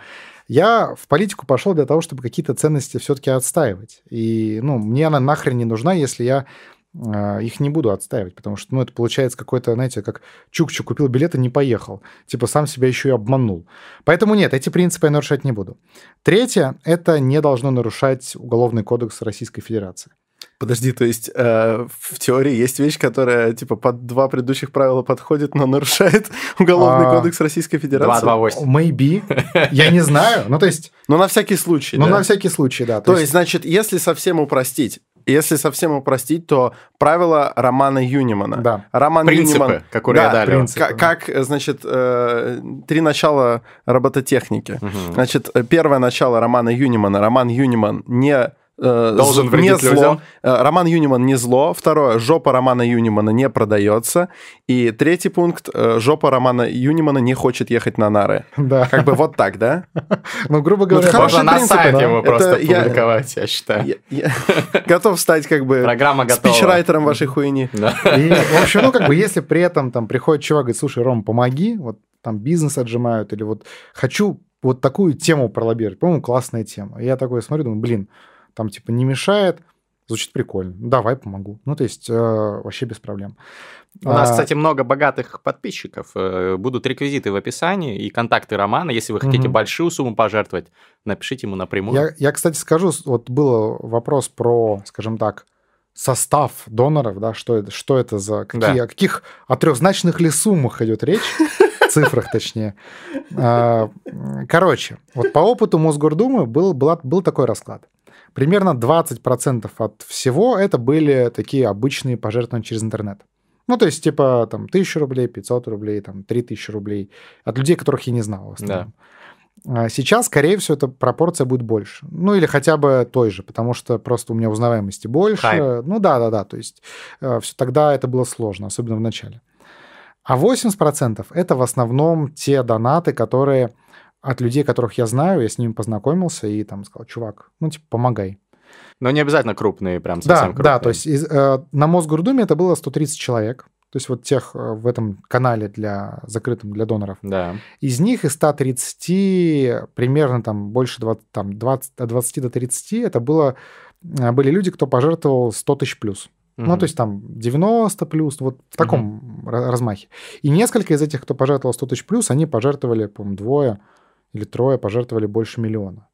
Я в политику пошел для того, чтобы какие-то ценности все-таки отстаивать. И, ну, мне она нахрен не нужна, если я э, их не буду отстаивать, потому что, ну, это получается какой-то, знаете, как Чукчу купил билет и не поехал. Типа сам себя еще и обманул. Поэтому нет, эти принципы я нарушать не буду. Третье, это не должно нарушать Уголовный кодекс Российской Федерации. Подожди, то есть э, в теории есть вещь, которая типа под два предыдущих правила подходит, но нарушает Уголовный а... кодекс Российской Федерации? два двадцать восемь. Maybe. Я не знаю. Ну, то есть... Ну, на всякий случай, Ну, да? на всякий случай, да. То, то есть, значит, если совсем упростить, если совсем упростить, то правила Романа Юнимана. Да. Роман принципы, Юниман, как у да, Риадалио. принципы, как, как, значит, э, три начала робототехники. Угу. Значит, первое начало Романа Юнимана. Роман Юниман не... Должен вредить не людям. Зло. Роман Юниман не зло. Второе, жопа Романа Юнимана не продается. И третий пункт, жопа Романа Юнимана не хочет ехать на нары. Да. Как бы вот так, да? Ну, грубо говоря, ну, можно на сайт его это просто я, публиковать, я считаю. Я, я готов стать как бы Программа спичрайтером вашей хуйни. Да. И, в общем, ну, как бы, если при этом там приходит чувак и говорит, слушай, Ром, помоги, вот там бизнес отжимают, или вот хочу вот такую тему пролоббировать. По-моему, классная тема. И я такой смотрю, думаю, блин, там типа не мешает, звучит прикольно. Давай, помогу. Ну, то есть э, вообще без проблем. У нас, а... кстати, много богатых подписчиков. Будут реквизиты в описании и контакты Романа. Если вы хотите угу. большую сумму пожертвовать, напишите ему напрямую. Я, я, кстати, скажу, вот был вопрос про, скажем так, состав доноров, да, что это, что это за... Какие, да. О каких о трехзначных ли суммах идет речь? Цифрах, точнее. Короче, вот по опыту Мосгордумы был, был, был такой расклад. Примерно двадцать процентов от всего это были такие обычные пожертвования через интернет. Ну, то есть, типа, там, тысяча рублей, пятьсот рублей, там, три тысячи рублей. От людей, которых я не знал в основном. Да. Сейчас, скорее всего, эта пропорция будет больше. Ну, или хотя бы той же, потому что просто у меня узнаваемости больше. Хайп. Ну, да-да-да, то есть, все, тогда это было сложно, особенно в начале. А восемьдесят процентов это в основном те донаты, которые... от людей, которых я знаю, я с ними познакомился и там сказал, чувак, ну, типа, помогай. Но не обязательно крупные, прям совсем да, крупные. Да, то есть из, э, на Мосгордуме это было сто тридцать человек, то есть вот тех э, в этом канале для закрытым для доноров. Да. Из них из ста тридцати примерно там больше двадцати, там, двадцать, от двадцати до тридцати это было, были люди, кто пожертвовал сто тысяч плюс. Uh-huh. Ну, то есть там девяносто плюс, вот в таком uh-huh. размахе. И несколько из этих, кто пожертвовал сто тысяч плюс, они пожертвовали, по-моему, двое или трое пожертвовали больше миллиона.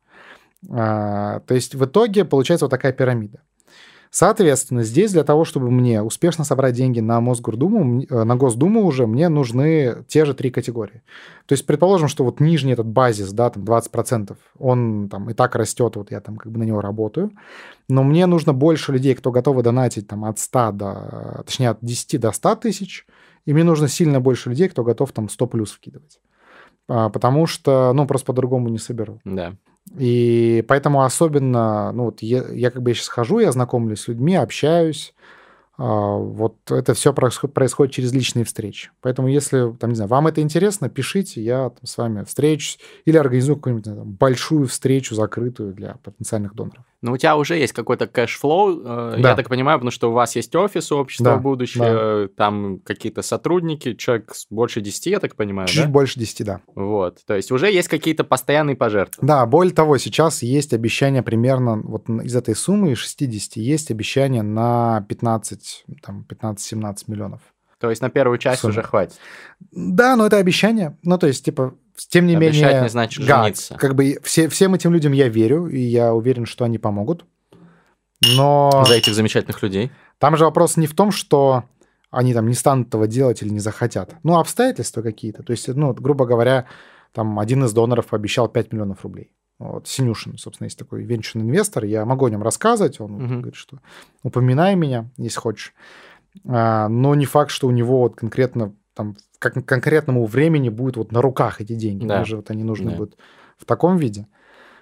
А, то есть в итоге получается вот такая пирамида. Соответственно, здесь для того, чтобы мне успешно собрать деньги на Мосгордуму, на Госдуму уже, мне нужны те же три категории. То есть предположим, что вот нижний этот базис, да, там двадцать процентов, он там и так растет, вот я там как бы на него работаю, но мне нужно больше людей, кто готовы донатить там от ста до, точнее от десяти до ста тысяч, и мне нужно сильно больше людей, кто готов там сто плюс вкидывать. Потому что, ну, просто по-другому не соберу. Да. И поэтому особенно, ну, вот я, я как бы сейчас хожу, я знакомлюсь с людьми, общаюсь, вот это все происходит через личные встречи. Поэтому если, там, не знаю, вам это интересно, пишите, я там с вами встречусь или организую какую-нибудь там, большую встречу закрытую для потенциальных доноров. Но у тебя уже есть какой-то кэшфлоу, да. Я так понимаю, потому что у вас есть офис общества да, будущее, да. там какие-то сотрудники, человек больше десяти, я так понимаю, Чуть да? больше десяти, да. Вот, то есть уже есть какие-то постоянные пожертвования. Да, более того, сейчас есть обещание примерно, вот из этой суммы, из шестидесяти, есть обещание на пятнадцать, там, пятнадцать-семнадцать миллионов. То есть на первую часть Сумма. Уже хватит? Да, но это обещание, ну, то есть, типа... Тем не Обещать менее, не значит да, жениться. Как бы все, всем этим людям я верю, и я уверен, что они помогут. Но... За этих замечательных людей. Там же вопрос не в том, что они там не станут этого делать или не захотят. Ну, обстоятельства какие-то. То есть, ну, грубо говоря, там один из доноров пообещал пять миллионов рублей. Вот, Синюшин, собственно, есть такой венчурный инвестор. Я могу о нем рассказывать. Он угу. говорит, что упоминай меня, если хочешь. А, но не факт, что у него вот конкретно там как к конкретному времени будут вот на руках эти деньги. Да. Даже вот они нужны да. будут в таком виде.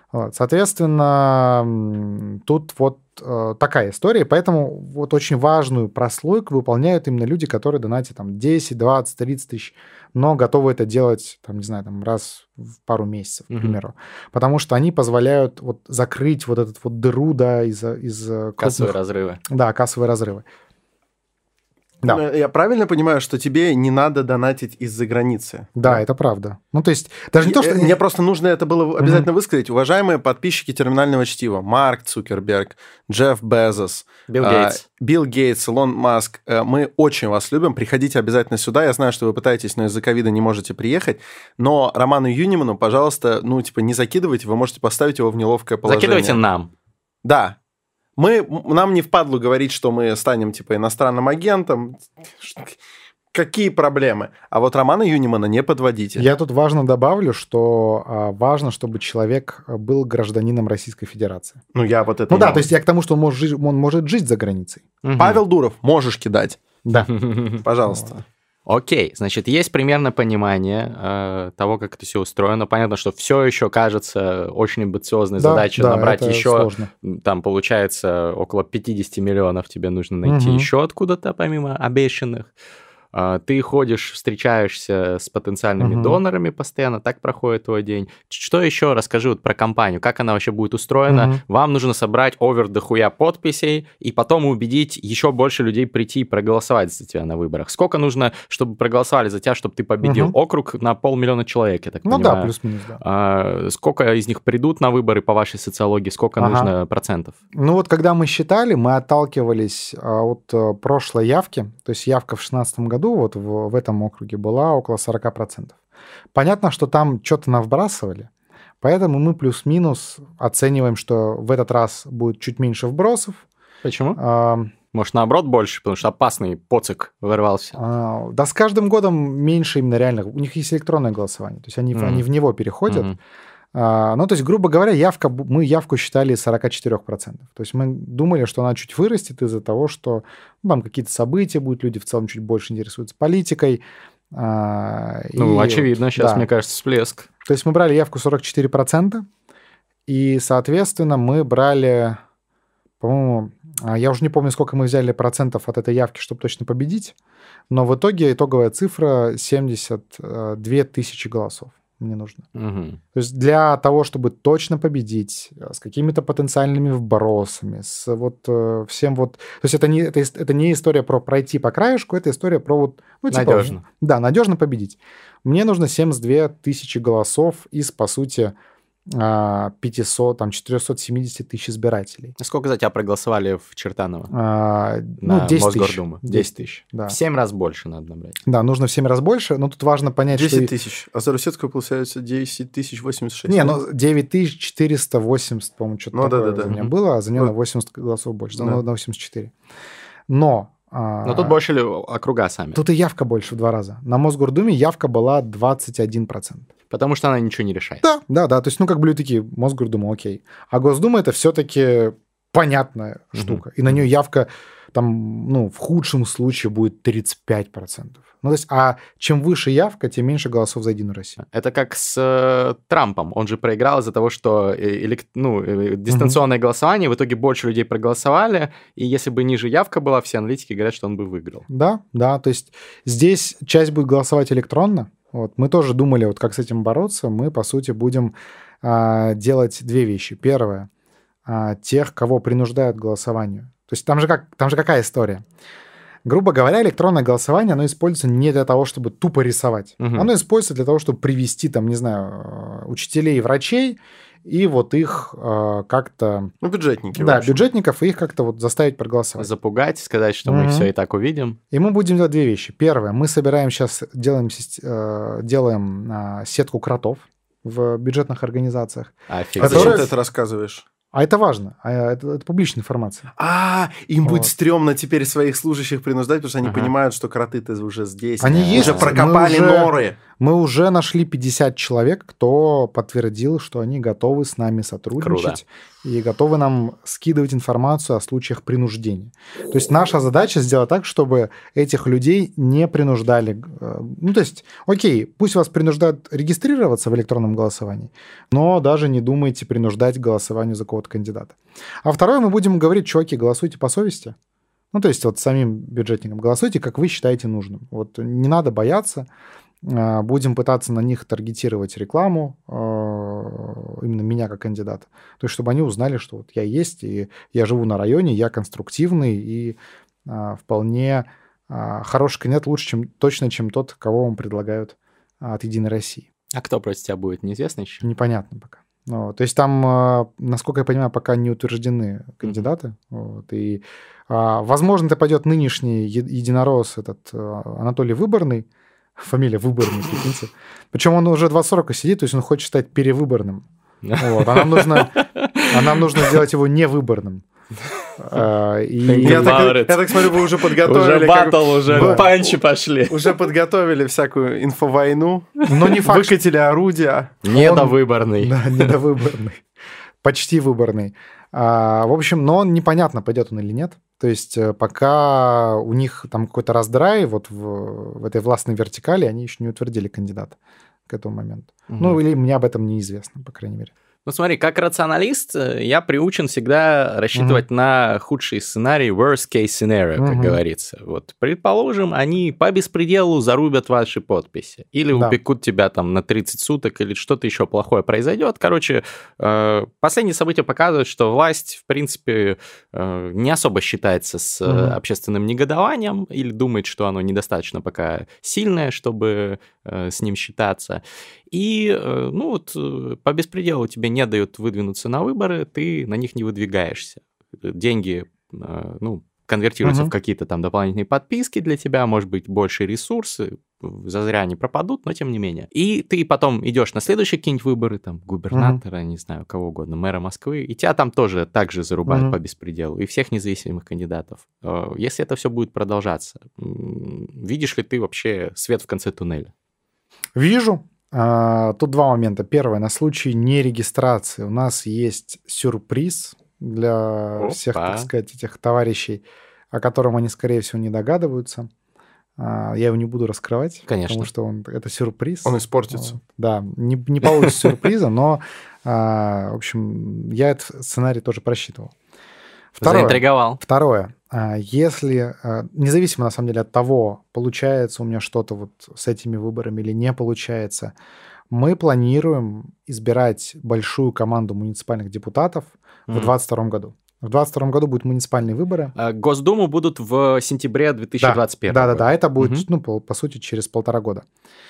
Вот, соответственно, тут вот э, такая история, поэтому вот очень важную прослойку выполняют именно люди, которые донатят там десять, двадцать, тридцать тысяч, но готовы это делать, там, не знаю, там, раз в пару месяцев, к примеру. Mm-hmm. Потому что они позволяют вот закрыть вот эту вот дыру, да, из... из крупных... Кассовые разрывы. Да, кассовые разрывы. Да. Я правильно понимаю, что тебе не надо донатить из-за границы? Да, да, это правда. Ну, то есть, даже не то, что... Мне просто нужно это было обязательно mm-hmm. высказать. Уважаемые подписчики терминального чтива, Марк Цукерберг, Джефф Безос, Билл Гейтс, э, Билл Гейтс, Илон Маск, э, мы очень вас любим. Приходите обязательно сюда. Я знаю, что вы пытаетесь, но из-за ковида не можете приехать. Но Роману Юниману, пожалуйста, ну, типа, не закидывайте, вы можете поставить его в неловкое положение. Закидывайте нам. Да. Мы, нам не впадлу говорить, что мы станем, типа, иностранным агентом. Какие проблемы? А вот Романа Юнимана не подводите. Я тут важно добавлю, что а, важно, чтобы человек был гражданином Российской Федерации. Ну, я вот это... Ну да, то есть я к тому, что он может жить, он может жить за границей. Угу. Павел Дуров, можешь кидать. Да. Пожалуйста. Окей, значит, есть примерно понимание э, того, как это все устроено. Понятно, что все еще кажется очень амбициозной да, задачей да, набрать еще, сложно. Там получается около пятьдесят миллионов тебе нужно найти угу. еще откуда-то, помимо обещанных. Ты ходишь, встречаешься с потенциальными uh-huh. донорами постоянно, так проходит твой день. Что еще расскажи вот про компанию, как она вообще будет устроена? Uh-huh. Вам нужно собрать овер дохуя подписей и потом убедить еще больше людей прийти и проголосовать за тебя на выборах. Сколько нужно, чтобы проголосовали за тебя, чтобы ты победил? Uh-huh. Округ на полмиллиона человек, я так ну понимаю. Ну да, плюс-минус, да. А, сколько из них придут на выборы по вашей социологии? Сколько uh-huh. нужно процентов? Ну вот когда мы считали, мы отталкивались от прошлой явки, то есть явка в шестнадцатом году вот в, в этом округе была около сорок процентов. Понятно, что там что-то навбрасывали, поэтому мы плюс-минус оцениваем, что в этот раз будет чуть меньше вбросов. Почему? А, Может, наоборот, больше, потому что опасный поцик вырвался. А, да, с каждым годом меньше именно реальных. У них есть электронное голосование, то есть они, mm. они в него переходят. Mm-hmm. А, ну, то есть, грубо говоря, явка, мы явку считали сорок четыре процента. То есть мы думали, что она чуть вырастет из-за того, что ну, там какие-то события будут, люди в целом чуть больше интересуются политикой. А, ну, и, очевидно, сейчас, да. мне кажется, всплеск. То есть мы брали явку сорок четыре процента, и, соответственно, мы брали, по-моему, я уже не помню, сколько мы взяли процентов от этой явки, чтобы точно победить, но в итоге итоговая цифра семьдесят две тысячи голосов. Мне нужно. Угу. То есть для того, чтобы точно победить, с какими-то потенциальными вбросами, с вот э, всем вот... То есть это не, это, это не история про пройти по краешку, это история про вот... Ну, типа, надежно. Да, надежно победить. Мне нужно семьдесят две тысячи голосов из, по сути, пятьсот, там, четыреста семьдесят тысяч избирателей. Сколько за тебя проголосовали в Чертаново? А, на ну, десять Мосгордуму? тысяч. десять тысяч. Да. В семь раз больше надо набрать. Да, нужно в семь раз больше, но тут важно понять, десять что... тысяч. А за Русецкую получается десять тысяч восемьдесят шесть. Не, ну девять тысяч четыреста восемьдесят, по-моему, что-то ну, такое да, да, за да. меня было, а за нее вот. на восемьдесят голосов больше, да. на восемьдесят четыре. Но... Но тут больше ли округа сами? Тут и явка больше в два раза. На Мосгордуме явка была двадцать один процент. Потому что она ничего не решает. Да, да, да. То есть, ну, как бы люди такие, Мосгордума, окей. А Госдума — это все-таки понятная mm-hmm. штука. И на нее явка, там, ну, в худшем случае будет тридцать пять процентов. Ну, то есть, а чем выше явка, тем меньше голосов за Единую Россию. Это как с э, Трампом. Он же проиграл из-за того, что элект... ну, дистанционное mm-hmm. голосование, в итоге больше людей проголосовали, и если бы ниже явка была, все аналитики говорят, что он бы выиграл. Да, да. То есть здесь часть будет голосовать электронно. Вот. Мы тоже думали, вот как с этим бороться. Мы, по сути, будем а, делать две вещи. Первое. А, тех, кого принуждают к голосованию. То есть там же, как, там же какая история? Грубо говоря, электронное голосование, оно используется не для того, чтобы тупо рисовать. Угу. Оно используется для того, чтобы привести, там, не знаю, учителей и врачей, и вот их э, как-то... Ну, бюджетники. Да, бюджетников, и их как-то вот заставить проголосовать. Запугать, сказать, что угу. мы все и так увидим. И мы будем делать две вещи. Первое, мы собираем сейчас, делаем, э, делаем э, сетку кротов в бюджетных организациях. Офигеть. А зачем ты это рассказываешь? А это важно, а это, это публичная информация. А, им Вот. будет стрёмно теперь своих служащих принуждать, потому что они Ага. понимают, что кроты-то уже здесь. Они уже есть, прокопали мы уже- норы. Мы уже нашли пятьдесят человек, кто подтвердил, что они готовы с нами сотрудничать и готовы нам скидывать информацию о случаях принуждения. То есть наша задача сделать так, чтобы этих людей не принуждали. э, Ну, то есть, окей, пусть вас принуждают регистрироваться в электронном голосовании, но даже не думайте принуждать к голосованию за кого-то кандидата. А второе, мы будем говорить, чуваки, голосуйте по совести. Ну, то есть вот самим бюджетникам голосуйте, как вы считаете нужным. Вот не надо бояться. А, Будем пытаться на них таргетировать рекламу, а, именно меня как кандидата. То есть чтобы они узнали, что вот я есть, и я живу на районе, я конструктивный и а, вполне а, хороший кандидат, лучше, чем, точно, чем тот, кого вам предлагают а, от «Единой России». А кто против тебя будет, неизвестно еще? Непонятно пока. Ну, то есть там, а, насколько я понимаю, пока не утверждены кандидаты. Вот, и, а, возможно, это пойдет нынешний е- единорос, этот а, Анатолий Выборный, фамилия Выборный, прикиньте. Причем он уже два срока сидит, то есть он хочет стать перевыборным. Вот, а нам нужно, а нам нужно сделать его невыборным. А, и- Я так, Молодец. я так смотрю, вы уже подготовили. Уже как- батл, уже Вы- панчи пошли. Уже подготовили всякую инфовойну, Но не факт, что- выкатили орудия. Недовыборный. Да, недовыборный. Почти выборный. А, в общем, но он непонятно, пойдет он или нет. То есть э, пока у них там какой-то раздрай вот в, в этой властной вертикали, они еще не утвердили кандидата к этому моменту. Мгм. Ну, или мне об этом неизвестно, по крайней мере. Ну смотри, как рационалист, э, я приучен всегда рассчитывать на худший сценарий, worst case scenario, как Мгм. говорится. Вот, предположим, они по беспределу зарубят ваши подписи. Или Да. упекут тебя там на тридцать суток, или что-то еще плохое произойдет. Короче, э, последние события показывают, что власть, в принципе, э, не особо считается с э, Мгм. общественным негодованием, или думает, что оно недостаточно пока сильное, чтобы э, с ним считаться. И, э, ну вот, э, по беспределу тебе не дают выдвинуться на выборы, ты на них не выдвигаешься. Деньги, э, ну, конвертируются Мгм. в какие-то там дополнительные подписки для тебя, может быть, больше ресурсы, зазря не пропадут, но тем не менее. И ты потом идешь на следующие какие-нибудь выборы, там, губернатора, не знаю, кого угодно, мэра Москвы, и тебя там тоже так же зарубают Мгм. по беспределу, и всех независимых кандидатов. Э, Если это все будет продолжаться, м, видишь ли ты вообще свет в конце туннеля? Вижу. А, Тут два момента. Первое, на случай нерегистрации у нас есть сюрприз для Опа. всех, так сказать, этих товарищей, о котором они, скорее всего, не догадываются. А, Я его не буду раскрывать, Конечно. потому что он, это сюрприз. Он испортится. Вот. Да, не, не получится сюрприза, но, а, в общем, я этот сценарий тоже просчитывал. Второе. Заинтриговал. Второе. А, Если, а, независимо, на самом деле, от того, получается у меня что-то вот с этими выборами или не получается, мы планируем избирать большую команду муниципальных депутатов в Мгм. двадцать втором году. В двадцать втором году будут муниципальные выборы. А Госдуму будут в сентябре две тысячи двадцать первого Да, да, да, это будет, Мгм. ну, по, по сути, через полтора года.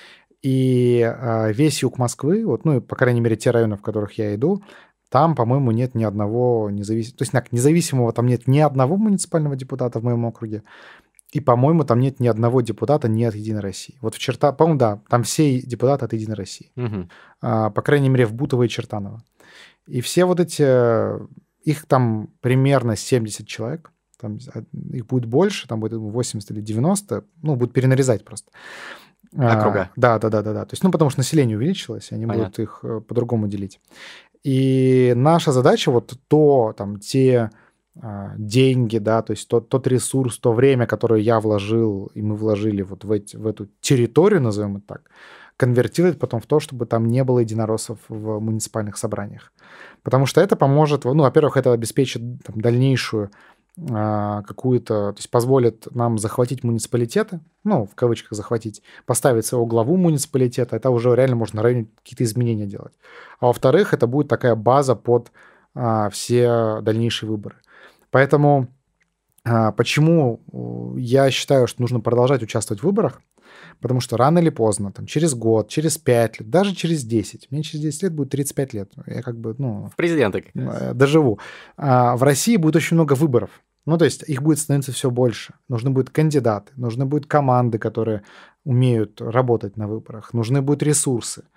И а, весь юг Москвы, вот, ну, и, по крайней мере, те районы, в которых я иду, там, по-моему, нет ни одного независимого, то есть так, независимого там нет ни одного муниципального депутата в моем округе, и, по-моему, там нет ни одного депутата не от «Единой России». Вот в Черта, по-моему, да, там все депутаты от «Единой России». Мгм. А, по крайней мере, в Бутово и Чертаново. И все вот эти, их там примерно семьдесят человек, там их будет больше, там будет восемьдесят или девяносто, ну, будут перенарезать просто. Округа. А, да, да, да, да, да. То есть, ну, потому что население увеличилось, и они Понятно. будут их э, по-другому делить. И наша задача вот то, там, те а, деньги, да, то есть тот, тот ресурс, то время, которое я вложил, и мы вложили вот в, эти, в эту территорию, назовем это так, конвертировать потом в то, чтобы там не было единороссов в муниципальных собраниях. Потому что это поможет, ну, во-первых, это обеспечит там, дальнейшую а, какую-то, то есть позволит нам захватить муниципалитеты, ну, в кавычках захватить, поставить своего главу муниципалитета, это уже реально можно на районе какие-то изменения делать. А во-вторых, это будет такая база под а, все дальнейшие выборы. Поэтому а, почему я считаю, что нужно продолжать участвовать в выборах? Потому что рано или поздно, там, через год, через пять лет, даже через десять, мне через десять лет будет тридцать пять лет, я как бы, ну, В президенты как раз. э, доживу. А в России будет очень много выборов. Ну, то есть их будет становиться все больше. Нужны будут кандидаты, нужны будут команды, которые умеют работать на выборах, нужны будут ресурсы.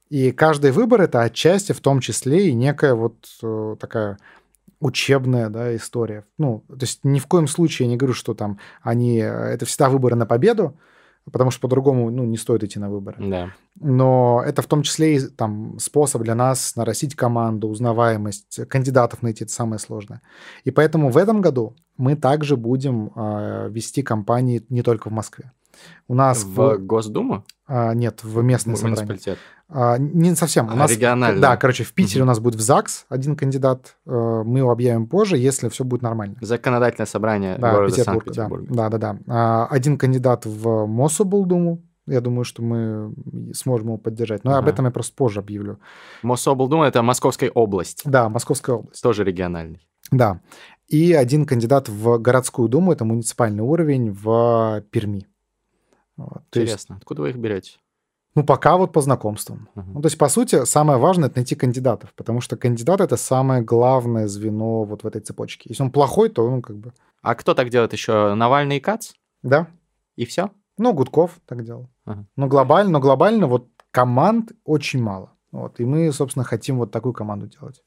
И каждый выбор — это отчасти в том числе и некая вот э, такая учебная, да, история. Ну, то есть ни в коем случае я не говорю, что там они... Это всегда выборы на победу, потому что по-другому, ну, не стоит идти на выборы. Да. Но это в том числе и там способ для нас нарастить команду, узнаваемость, кандидатов найти — это самое сложное. И поэтому в этом году мы также будем э, вести кампании не только в Москве. У нас В в... Госдуму? А, нет, в местное собрание. Муниципалитет. А, не совсем. У А, нас, региональное. Да, короче, в Питере Мгм. у нас будет в ЗАГС один кандидат. э, Мы его объявим позже, если все будет нормально. Законодательное собрание Да, города Петербург, да. Санкт-Петербурга. Да, да, да. А, Один кандидат в Мособлдуму. Я думаю, что мы сможем его поддержать. Но об Ага. этом я просто позже объявлю. Мособлдума — это Московская область, Да, Московская область. тоже региональный. Да. И один кандидат в городскую думу, это муниципальный уровень в Перми. Вот. То есть, Интересно, откуда вы их берете? ну, пока вот по знакомствам. Мгм. Ну, то есть, по сути, самое важное — это найти кандидатов, потому что кандидат — это самое главное звено вот в этой цепочке. Если он плохой, то, ну, как бы, А кто так делает еще? Навальный и Кац? да. И все? Ну, Гудков так делал. Ага. Но глобально, но глобально вот команд очень мало. Вот. И мы, собственно, хотим вот такую команду делать.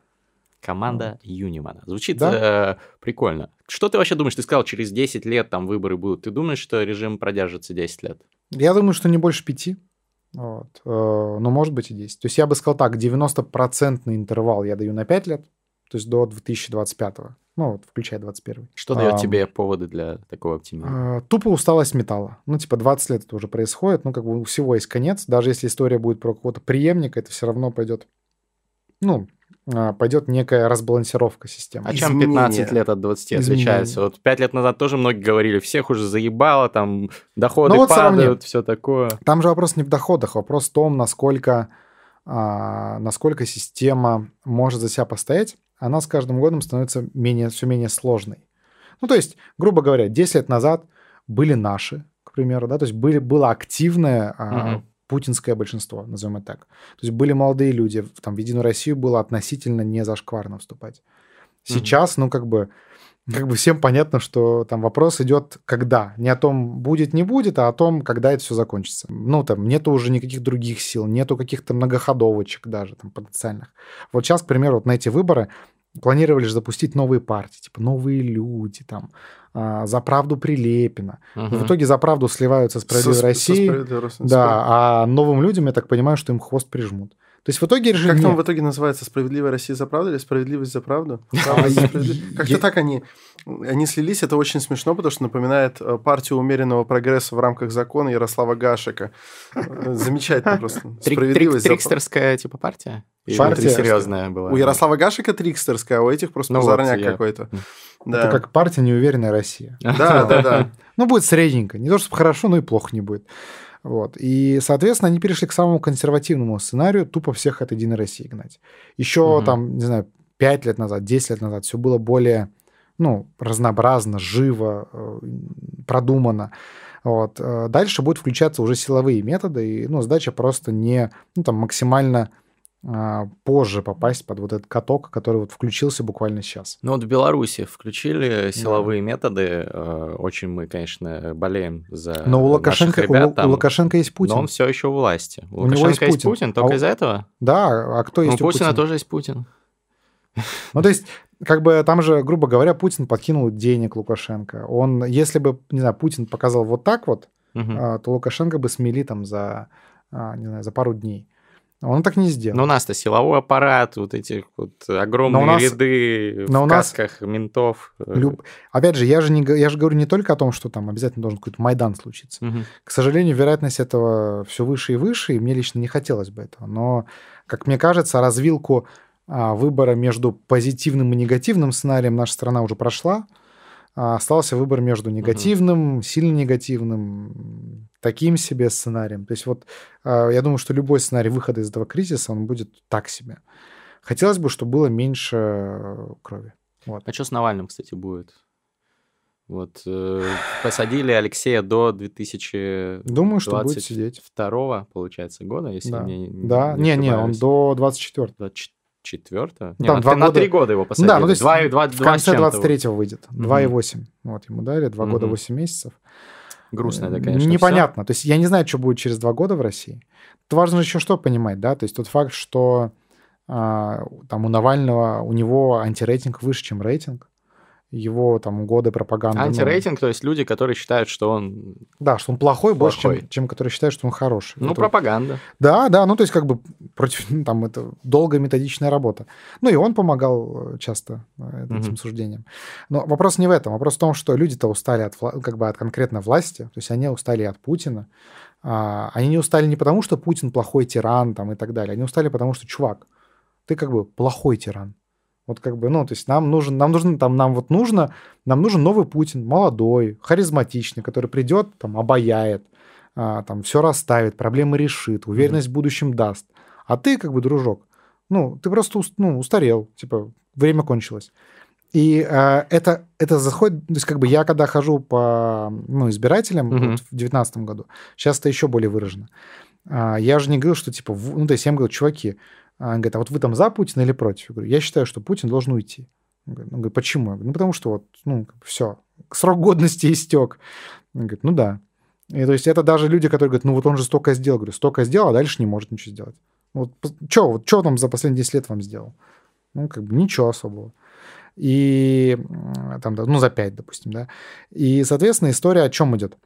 Команда Юнимана. Звучит Да. э, прикольно. Что ты вообще думаешь? Ты сказал, через десять лет там выборы будут. Ты думаешь, что режим продержится десять лет? Я думаю, что не больше пяти. Вот. Э, Но может быть и десять. То есть я бы сказал так, девяностопроцентный интервал я даю на пять лет, то есть до две тысячи двадцать пятого. Ну, вот, включая двадцать первый. Что дает Ам, тебе поводы для такого оптимизма? э, Тупо усталость металла. Ну, типа двадцать лет это уже происходит. Ну, как бы у всего есть конец. Даже если история будет про какого-то преемника, это все равно пойдет, ну, а, пойдет некая разбалансировка системы. А чем изменения. пятнадцать лет от двадцати отличается? Изменения. Вот пять лет назад тоже многие говорили, всех уже заебало, там доходы Ну вот сравни. падают, все такое. Там же вопрос не в доходах, вопрос в том, насколько, а, насколько система может за себя постоять. Она с каждым годом становится менее, все менее сложной. Ну, то есть, грубо говоря, десять лет назад были наши, к примеру, да, то есть были, было активное а, Мгм. путинское большинство, назовем это так. То есть были молодые люди, в- там в Единую Россию было относительно не зашкварно вступать. Сейчас, ну, как бы, как бы всем понятно, что там вопрос идет когда. Не о том, будет, не будет, а о том, когда это все закончится. Ну, там нету уже никаких других сил, нету каких-то многоходовочек даже там потенциальных. Вот сейчас, к примеру, вот на эти выборы планировали же запустить новые партии, типа «Новые люди», там, а, «За правду» Прилепина. Но Мгм. в итоге «За правду» сливаются с «Справедливой Со- со Россией». «Справедливой Россией». Да, а новым людям, я так понимаю, что им хвост прижмут. То есть в итоге решили... Как там нет. в итоге называется? «Справедливая Россия за правду» или «Справедливость за правду»? А, Правда за я- справедливость. Как-то я- так они, они слились. Это очень смешно, потому что напоминает э, партию умеренного прогресса в рамках закона Ярослава Гашека. Э, Замечательно просто. Трик- трик- «Справедливость за правду». Трикстерская типа партия? Или Партия. внутри серьезная была? У Ярослава Гашека трикстерская, а у этих просто Ну вот, пузырняк я- какой-то. Это Да. как партия «Неуверенная Россия». Да, да, да. Ну, будет средненько. Не то, чтобы хорошо, но и плохо не будет. Вот. И, соответственно, они перешли к самому консервативному сценарию, тупо всех от «Единой России» гнать. Еще Мгм. там, не знаю, пять лет назад, десять лет назад все было более, ну, разнообразно, живо, э, продумано. Вот. Э, Дальше будут включаться уже силовые методы, и, ну, задача просто не, ну, там, максимально а, позже попасть под вот этот каток, который вот включился буквально сейчас. Ну вот в Беларуси включили силовые методы. э, Очень мы, конечно, болеем за Но у наших Лукашенко, у, ребят Лу- там. у Лукашенко есть Путин. Но он все еще у власти. У, У него Лукашенко есть есть Путин. Путин, А только у- из-за этого? Да, а кто Ну, есть у у Путина Путина? тоже есть Путин. Ну, то есть, как бы там же, грубо говоря, Путин подкинул денег Лукашенко. Он, если бы, не знаю, Путин показал вот так вот, Мгм. а, то Лукашенко бы смели там за, а, не знаю, за пару дней. Он так не сделал. Но у нас-то силовой аппарат, вот этих вот огромные Но у нас- ряды но в у нас- касках ментов. э, Люб- Опять же, я же, не, г- я же говорю не только о том, что там обязательно должен какой-то Майдан случиться. Мгм. К сожалению, вероятность этого все выше и выше, и мне лично не хотелось бы этого. Но, как мне кажется, развилку а, выбора между позитивным и негативным сценарием наша страна уже прошла. А, остался выбор между негативным, сильно негативным, таким себе сценарием. То есть вот а, я думаю, что любой сценарий выхода из этого кризиса, он будет так себе. Хотелось бы, чтобы было меньше э, крови. Вот. А что с Навальным, кстати, будет? Вот э, посадили Алексея до две тысячи Думаю, что будет двадцать сидеть. второго, получается, года, если Да, мне да. не, не, он ошибаюсь. до двадцать четвёртого. двадцать четвёртого? Ну, Не, там на, два три- на года. три года его посадили. Да, ну то есть Два и- два- в два с конце чем-то двадцать третьего выйдет. Мгм. два и восемь. Вот ему дали, два года Мгм. восемь месяцев. Грустно это, конечно, непонятно. Все. То есть я не знаю, что будет через два года в России. Тут важно еще что понимать, да, то есть тот факт, что а, там у Навального, у него антирейтинг выше, чем рейтинг, его там годы пропаганды. Антирейтинг, ну, то есть люди, которые считают, что он... Да, что он плохой, плохой. больше, чем, чем которые считают, что он хороший. Ну, это пропаганда. Вот... Да, да, ну, то есть как бы против, ну, там, это долгая методичная работа. Ну, и он помогал часто этим mm-hmm. суждениям. Но вопрос не в этом. Вопрос в том, что люди-то устали от, как бы от конкретно власти, то есть они устали от Путина. А, они не устали не потому, что Путин плохой тиран там, и так далее. Они устали потому, что, чувак, ты как бы плохой тиран. Вот как бы, ну, то есть нам нужен, нам нужно, там, нам вот нужно, нам нужен новый Путин, молодой, харизматичный, который придет, там, обаяет, а, там, все расставит, проблемы решит, уверенность mm-hmm. в будущем даст. А ты, как бы, дружок, ну, ты просто, ну, устарел, типа, время кончилось. И а, это, это заходит, то есть, как бы, я когда хожу по, ну, избирателям mm-hmm. вот, в девятнадцатом году, сейчас это еще более выражено, а, я же не говорю, что, типа, в, ну, то есть, я им говорю, чуваки, он говорит, а вот вы там за Путина или против? Я говорю, я считаю, что Путин должен уйти. Он говорит, почему? Я говорю, ну, потому что вот, ну, все, срок годности истек. Он говорит, ну да. И то есть это даже люди, которые говорят, ну вот он же столько сделал. Я говорю, столько сделал, а дальше не может ничего сделать. Вот что вот, что там за последние десять лет вам сделал? Ну, как бы ничего особого. И там, ну, за пять, допустим, да. И, соответственно, история о чем идет?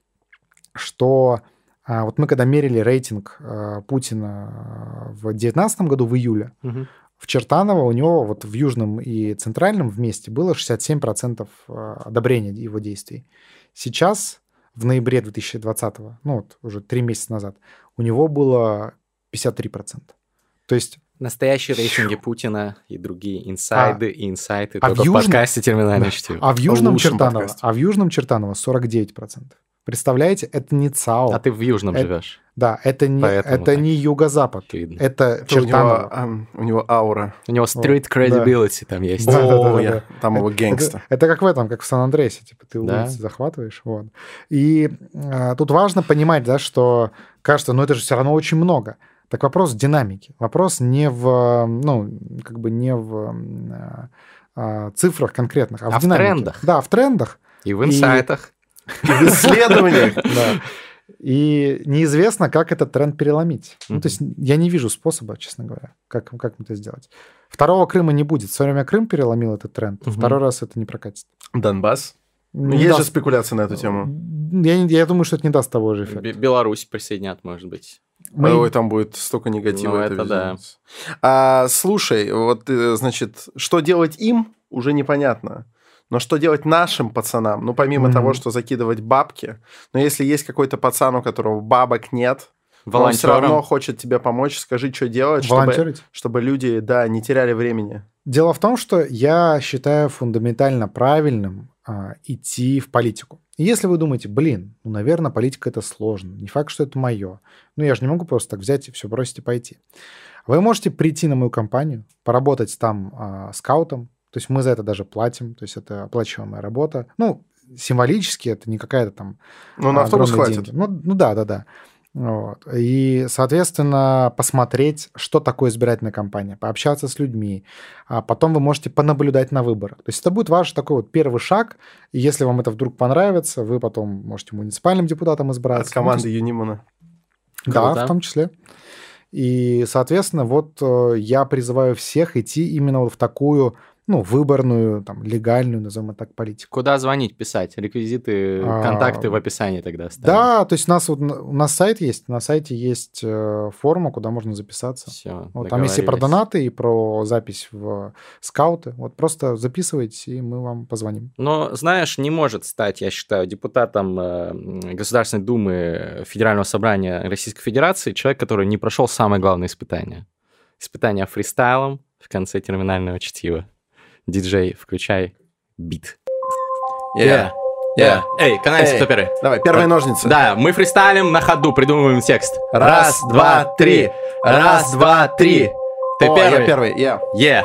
Что... А вот мы когда мерили рейтинг э, Путина в две тысячи девятнадцатом году, в июле, угу. в Чертаново у него вот в Южном и Центральном вместе было шестьдесят семь процентов одобрения его действий. Сейчас, в ноябре две тысячи двадцатого, ну вот уже три месяца назад, у него было пятьдесят три процента. То есть... Настоящие рейтинги Путина и другие инсайды а, и инсайты а только в, в Южном... подкасте «Терминальное чтиво». А в Южном Чертаново, а в Южном Чертаново сорок девять процентов. Представляете, это не ЦАО. А ты в Южном это, живешь. Да, это не, это не Юго-Запад. Очевидно. Это, это Чертаново. У него, um, у него аура. У него street credibility да. там есть. Да, да, О, да, я, да. там его гэнгста. Это, это как в этом, как в Сан-Андреасе. Типа ты да. улицы захватываешь. Вот. И а, тут важно понимать, да, что кажется, ну это же все равно очень много. Так вопрос в динамике. Вопрос не в, ну, как бы не в а, а, цифрах конкретных, а, а в динамике. В трендах. Да, в трендах. И в инсайтах. И в исследованиях. Да. И неизвестно, как этот тренд переломить. Mm-hmm. Ну, то есть я не вижу способа, честно говоря, как, как это сделать. Второго Крыма не будет. В свое время Крым переломил этот тренд. Mm-hmm. Второй раз это не прокатит. Донбасс? Не Есть даст... же спекуляции на эту тему. Я, я думаю, что это не даст того же эффекта. Беларусь присоединят, может быть. Мы... Ой, там будет столько негатива. Ну, это, это да. А, слушай, вот, значит, что делать им, уже непонятно. Но что делать нашим пацанам? Ну, помимо mm-hmm. того, что закидывать бабки, но если есть какой-то пацан, у которого бабок нет, он все равно хочет тебе помочь, скажи, что делать, чтобы, чтобы люди, да, не теряли времени. Дело в том, что я считаю фундаментально правильным а, идти в политику. И если вы думаете, блин, ну, наверное, политика это сложно, не факт, что это мое, ну, я же не могу просто так взять и все бросить и пойти. Вы можете прийти на мою компанию, поработать там а, скаутом, то есть мы за это даже платим, то есть это оплачиваемая работа. Ну, символически это не какая-то там... Ну, на автобус хватит. Ну, ну да, да, да. Вот. И, соответственно, посмотреть, что такое избирательная кампания, пообщаться с людьми. А потом вы можете понаблюдать на выборах. То есть это будет ваш такой вот первый шаг. И если вам это вдруг понравится, вы потом можете муниципальным депутатом избраться. От команды ну, Юнимана. Да, Круто. В том числе. И, соответственно, вот я призываю всех идти именно вот в такую... ну, выборную, там, легальную, назовем это так, политику. Куда звонить, писать? Реквизиты, контакты а, в описании тогда оставим. Да, то есть у нас, вот, у нас сайт есть, на сайте есть форма, куда можно записаться. Все, вот, там есть и про донаты, и про запись в скауты. Вот просто записывайтесь, и мы вам позвоним. Но, знаешь, не может стать, я считаю, депутатом Государственной Думы Федерального собрания Российской Федерации человек, который не прошел самое главное испытание. Испытание фристайлом в конце терминального чтива. Диджей, включай бит. Yeah. Yeah. Эй, канадец, кто первый? Давай, первые ножницы. Да, мы фристайлим на ходу, придумываем текст. Раз, два, три. Раз, два, три. Ты О, первый? Я первый, я. Yeah.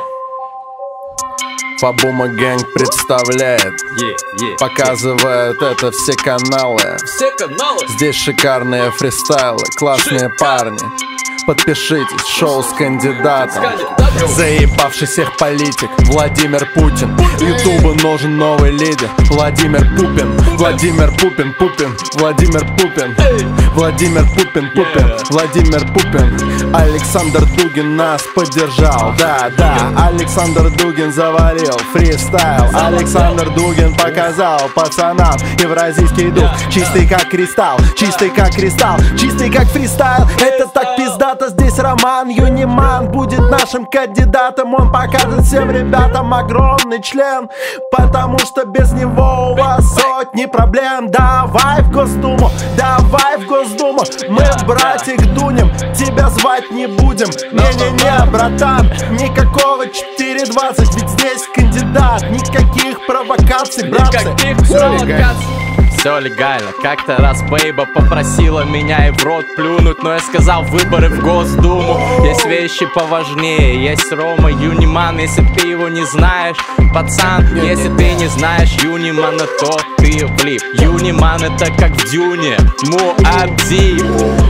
Фабума Гэнг представляет, yeah, yeah, показывают yeah. это все каналы. Все каналы. Здесь шикарные фристайлы, классные Шикар. парни. подпишитесь, шоу с кандидатом. Заебавший всех политик Владимир Путин. Ютубу нужен новый лидер Владимир Пупин. Владимир Пупин, Пупин, Владимир Пупин. Владимир Пупин, Пупин, Владимир Пупин. Александр Дугин нас поддержал. Да, да, Александр Дугин завалил фристайл. Александр Дугин показал пацанам евразийский дух. Чистый как кристалл, чистый как кристалл, чистый как фристайл. Это так пиздато, здесь Роман Юниман будет нашим кандидатом. Он покажет всем ребятам огромный член, потому что без него у вас сотни проблем. Давай в Госдуму, давай в Госдуму. Мы, братик, дунем, тебя звать не будем. Не-не-не, братан, никакого четыре двадцать, ведь здесь кандидат. Никаких провокаций, братцы. Никаких провокаций. Все легально. Как-то раз Бейба попросила меня и в рот плюнуть, но я сказал: выборы в Госдуму. Есть вещи поважнее. Есть Рома Юниман, если ты его не знаешь. Пацан, если ты не знаешь Юнимана, то ты влип. Юниман это как в Дюне. Муаддиб.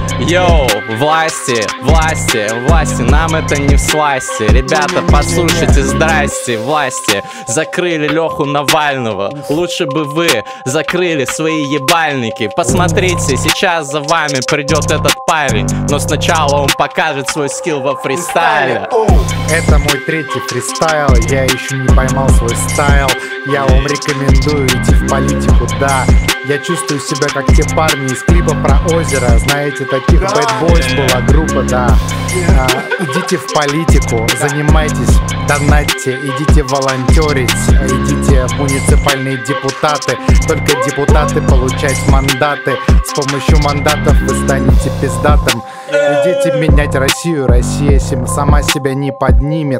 Йоу, власти, власти, власти, нам это не всласти. Ребята, послушайте, здрасте, власти. Закрыли Леху Навального. Лучше бы вы закрыли свои ебальники. Посмотрите, сейчас за вами придет этот парень, но сначала он покажет свой скилл во фристайле. Это мой третий фристайл, я еще не поймал свой стайл. Я вам рекомендую идти в политику, да. Я чувствую себя как те парни из клипа про озеро. Знаете, таких Bad Boys была группа, да. а, Идите в политику, занимайтесь, донатьте, идите волонтерить, идите в муниципальные депутаты. Только депутаты получать мандаты. С помощью мандатов вы станете пиздатым. Идите менять Россию, Россия сама себя не поднимет.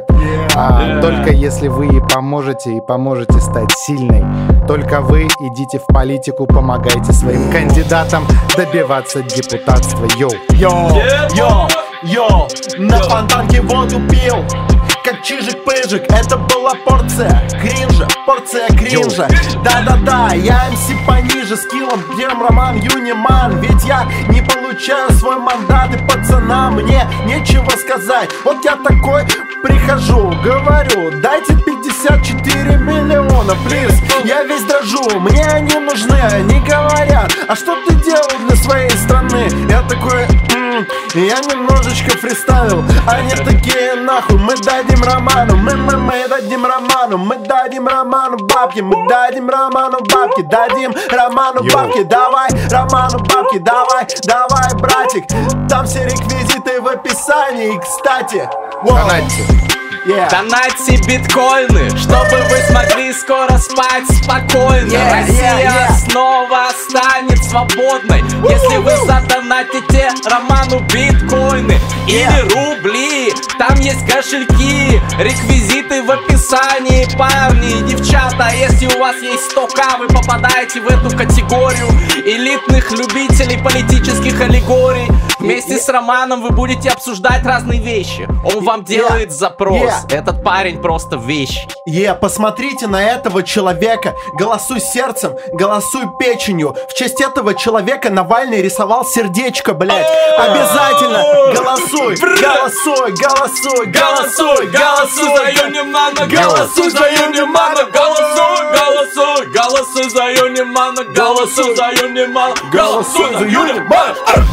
а, Только если вы ей поможете и поможете стать сильной. Только вы идите в политику, помогайте своим кандидатам добиваться депутатства. Йоу, йоу, йоу, йоу, на фонтанке воду пил, как чижик-пыжик. Это была порция кринжа, порция кринжа. Да-да-да, я эм си пониже скиллом, чем Роман Юниман. Ведь я не получаю свой мандат, и пацанам мне нечего сказать. Вот я такой прихожу, говорю: дайте пятьдесят четыре миллиона, плиз. Я весь дрожу, мне они нужны. Они говорят: а что ты делал для своей страны? Я такой: м-м, я немножечко фристайлил. Они такие: нахуй, мы дадим Роману, мы, мы, мы дадим Роману, мы дадим Роману бабки, мы дадим Роману бабки, дадим Роману бабки. Давай Роману бабки, давай, давай, братик. Там все реквизиты в описании. Кстати, донатьте. Yeah. Донатьте биткоины, чтобы вы смогли скоро спать спокойно. yeah, Россия yeah, yeah. снова станет свободной, uh-huh. если вы задонатите Роману биткоины или yeah. рубли. Там есть кошельки, реквизиты в описании. Парни и девчата, если у вас есть сто тысяч, вы попадаете в эту категорию элитных любителей политических аллегорий. Вместе yeah. с Романом вы будете обсуждать разные вещи. Он вам делает yeah. запрос. Yeah. Этот парень просто вещь. Е, yeah, посмотрите на этого человека. Голосуй сердцем, голосуй печенью. В честь этого человека Навальный рисовал сердечко, блядь. Обязательно голосуй, голосуй, голосуй, голосуй, голосуй за Юнимана, голосуй за Юнимана, голосуй, голосуй, голосуй за Юнимана, голосуй за Юнимана, голосуй за Юнимана.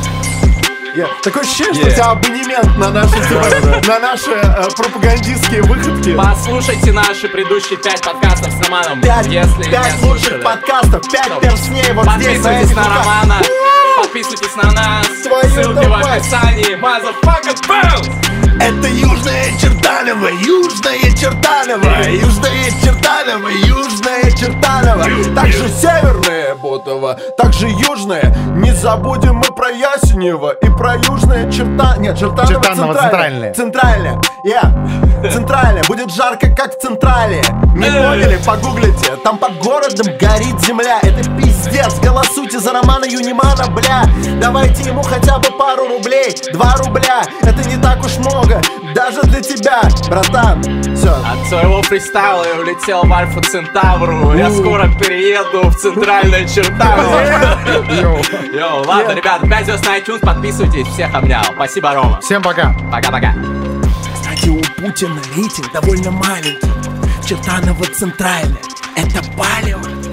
Yeah. Такое ощущение, yeah. что у тебя абонемент на наши, типа, на наши э, пропагандистские выходки. Послушайте наши предыдущие пять подкастов с Романом. Пять, если пять не лучших подкастов, пять Стоп. персней вот здесь. Подписывайтесь на, на Романа, подписывайтесь на нас. Твою ссылки в описании. Motherfucker bounce! Это Южное Чертаново, Южное Чертаново, Южное Чертаново, Южное Чертаново. Также Северное Бутово, также Южное. Не забудем мы про Ясенево и про Южное Черта... Нет, Чертаново, Чертаново Центральное. Центральное, yeah. Центральное. Будет жарко, как в Централе. Не поняли? Погуглите. Там под городом горит земля. Это пиздец. Голосуйте за Романа Юнимана, бля. Давайте ему хотя бы пару рублей. Два рубля. Это не так уж много. Даже для тебя, братан. несет. От своего фристайла я улетел в Альфа Центавру. Я скоро перееду в центральное Чертаново. Йоу, ладно, ребят, пять звезд на iTunes, подписывайтесь, всех обнял. Спасибо, Рома. Всем пока. Пока-пока. Кстати, у Путина рейтинг довольно маленький. Чертаново центральное, это палево.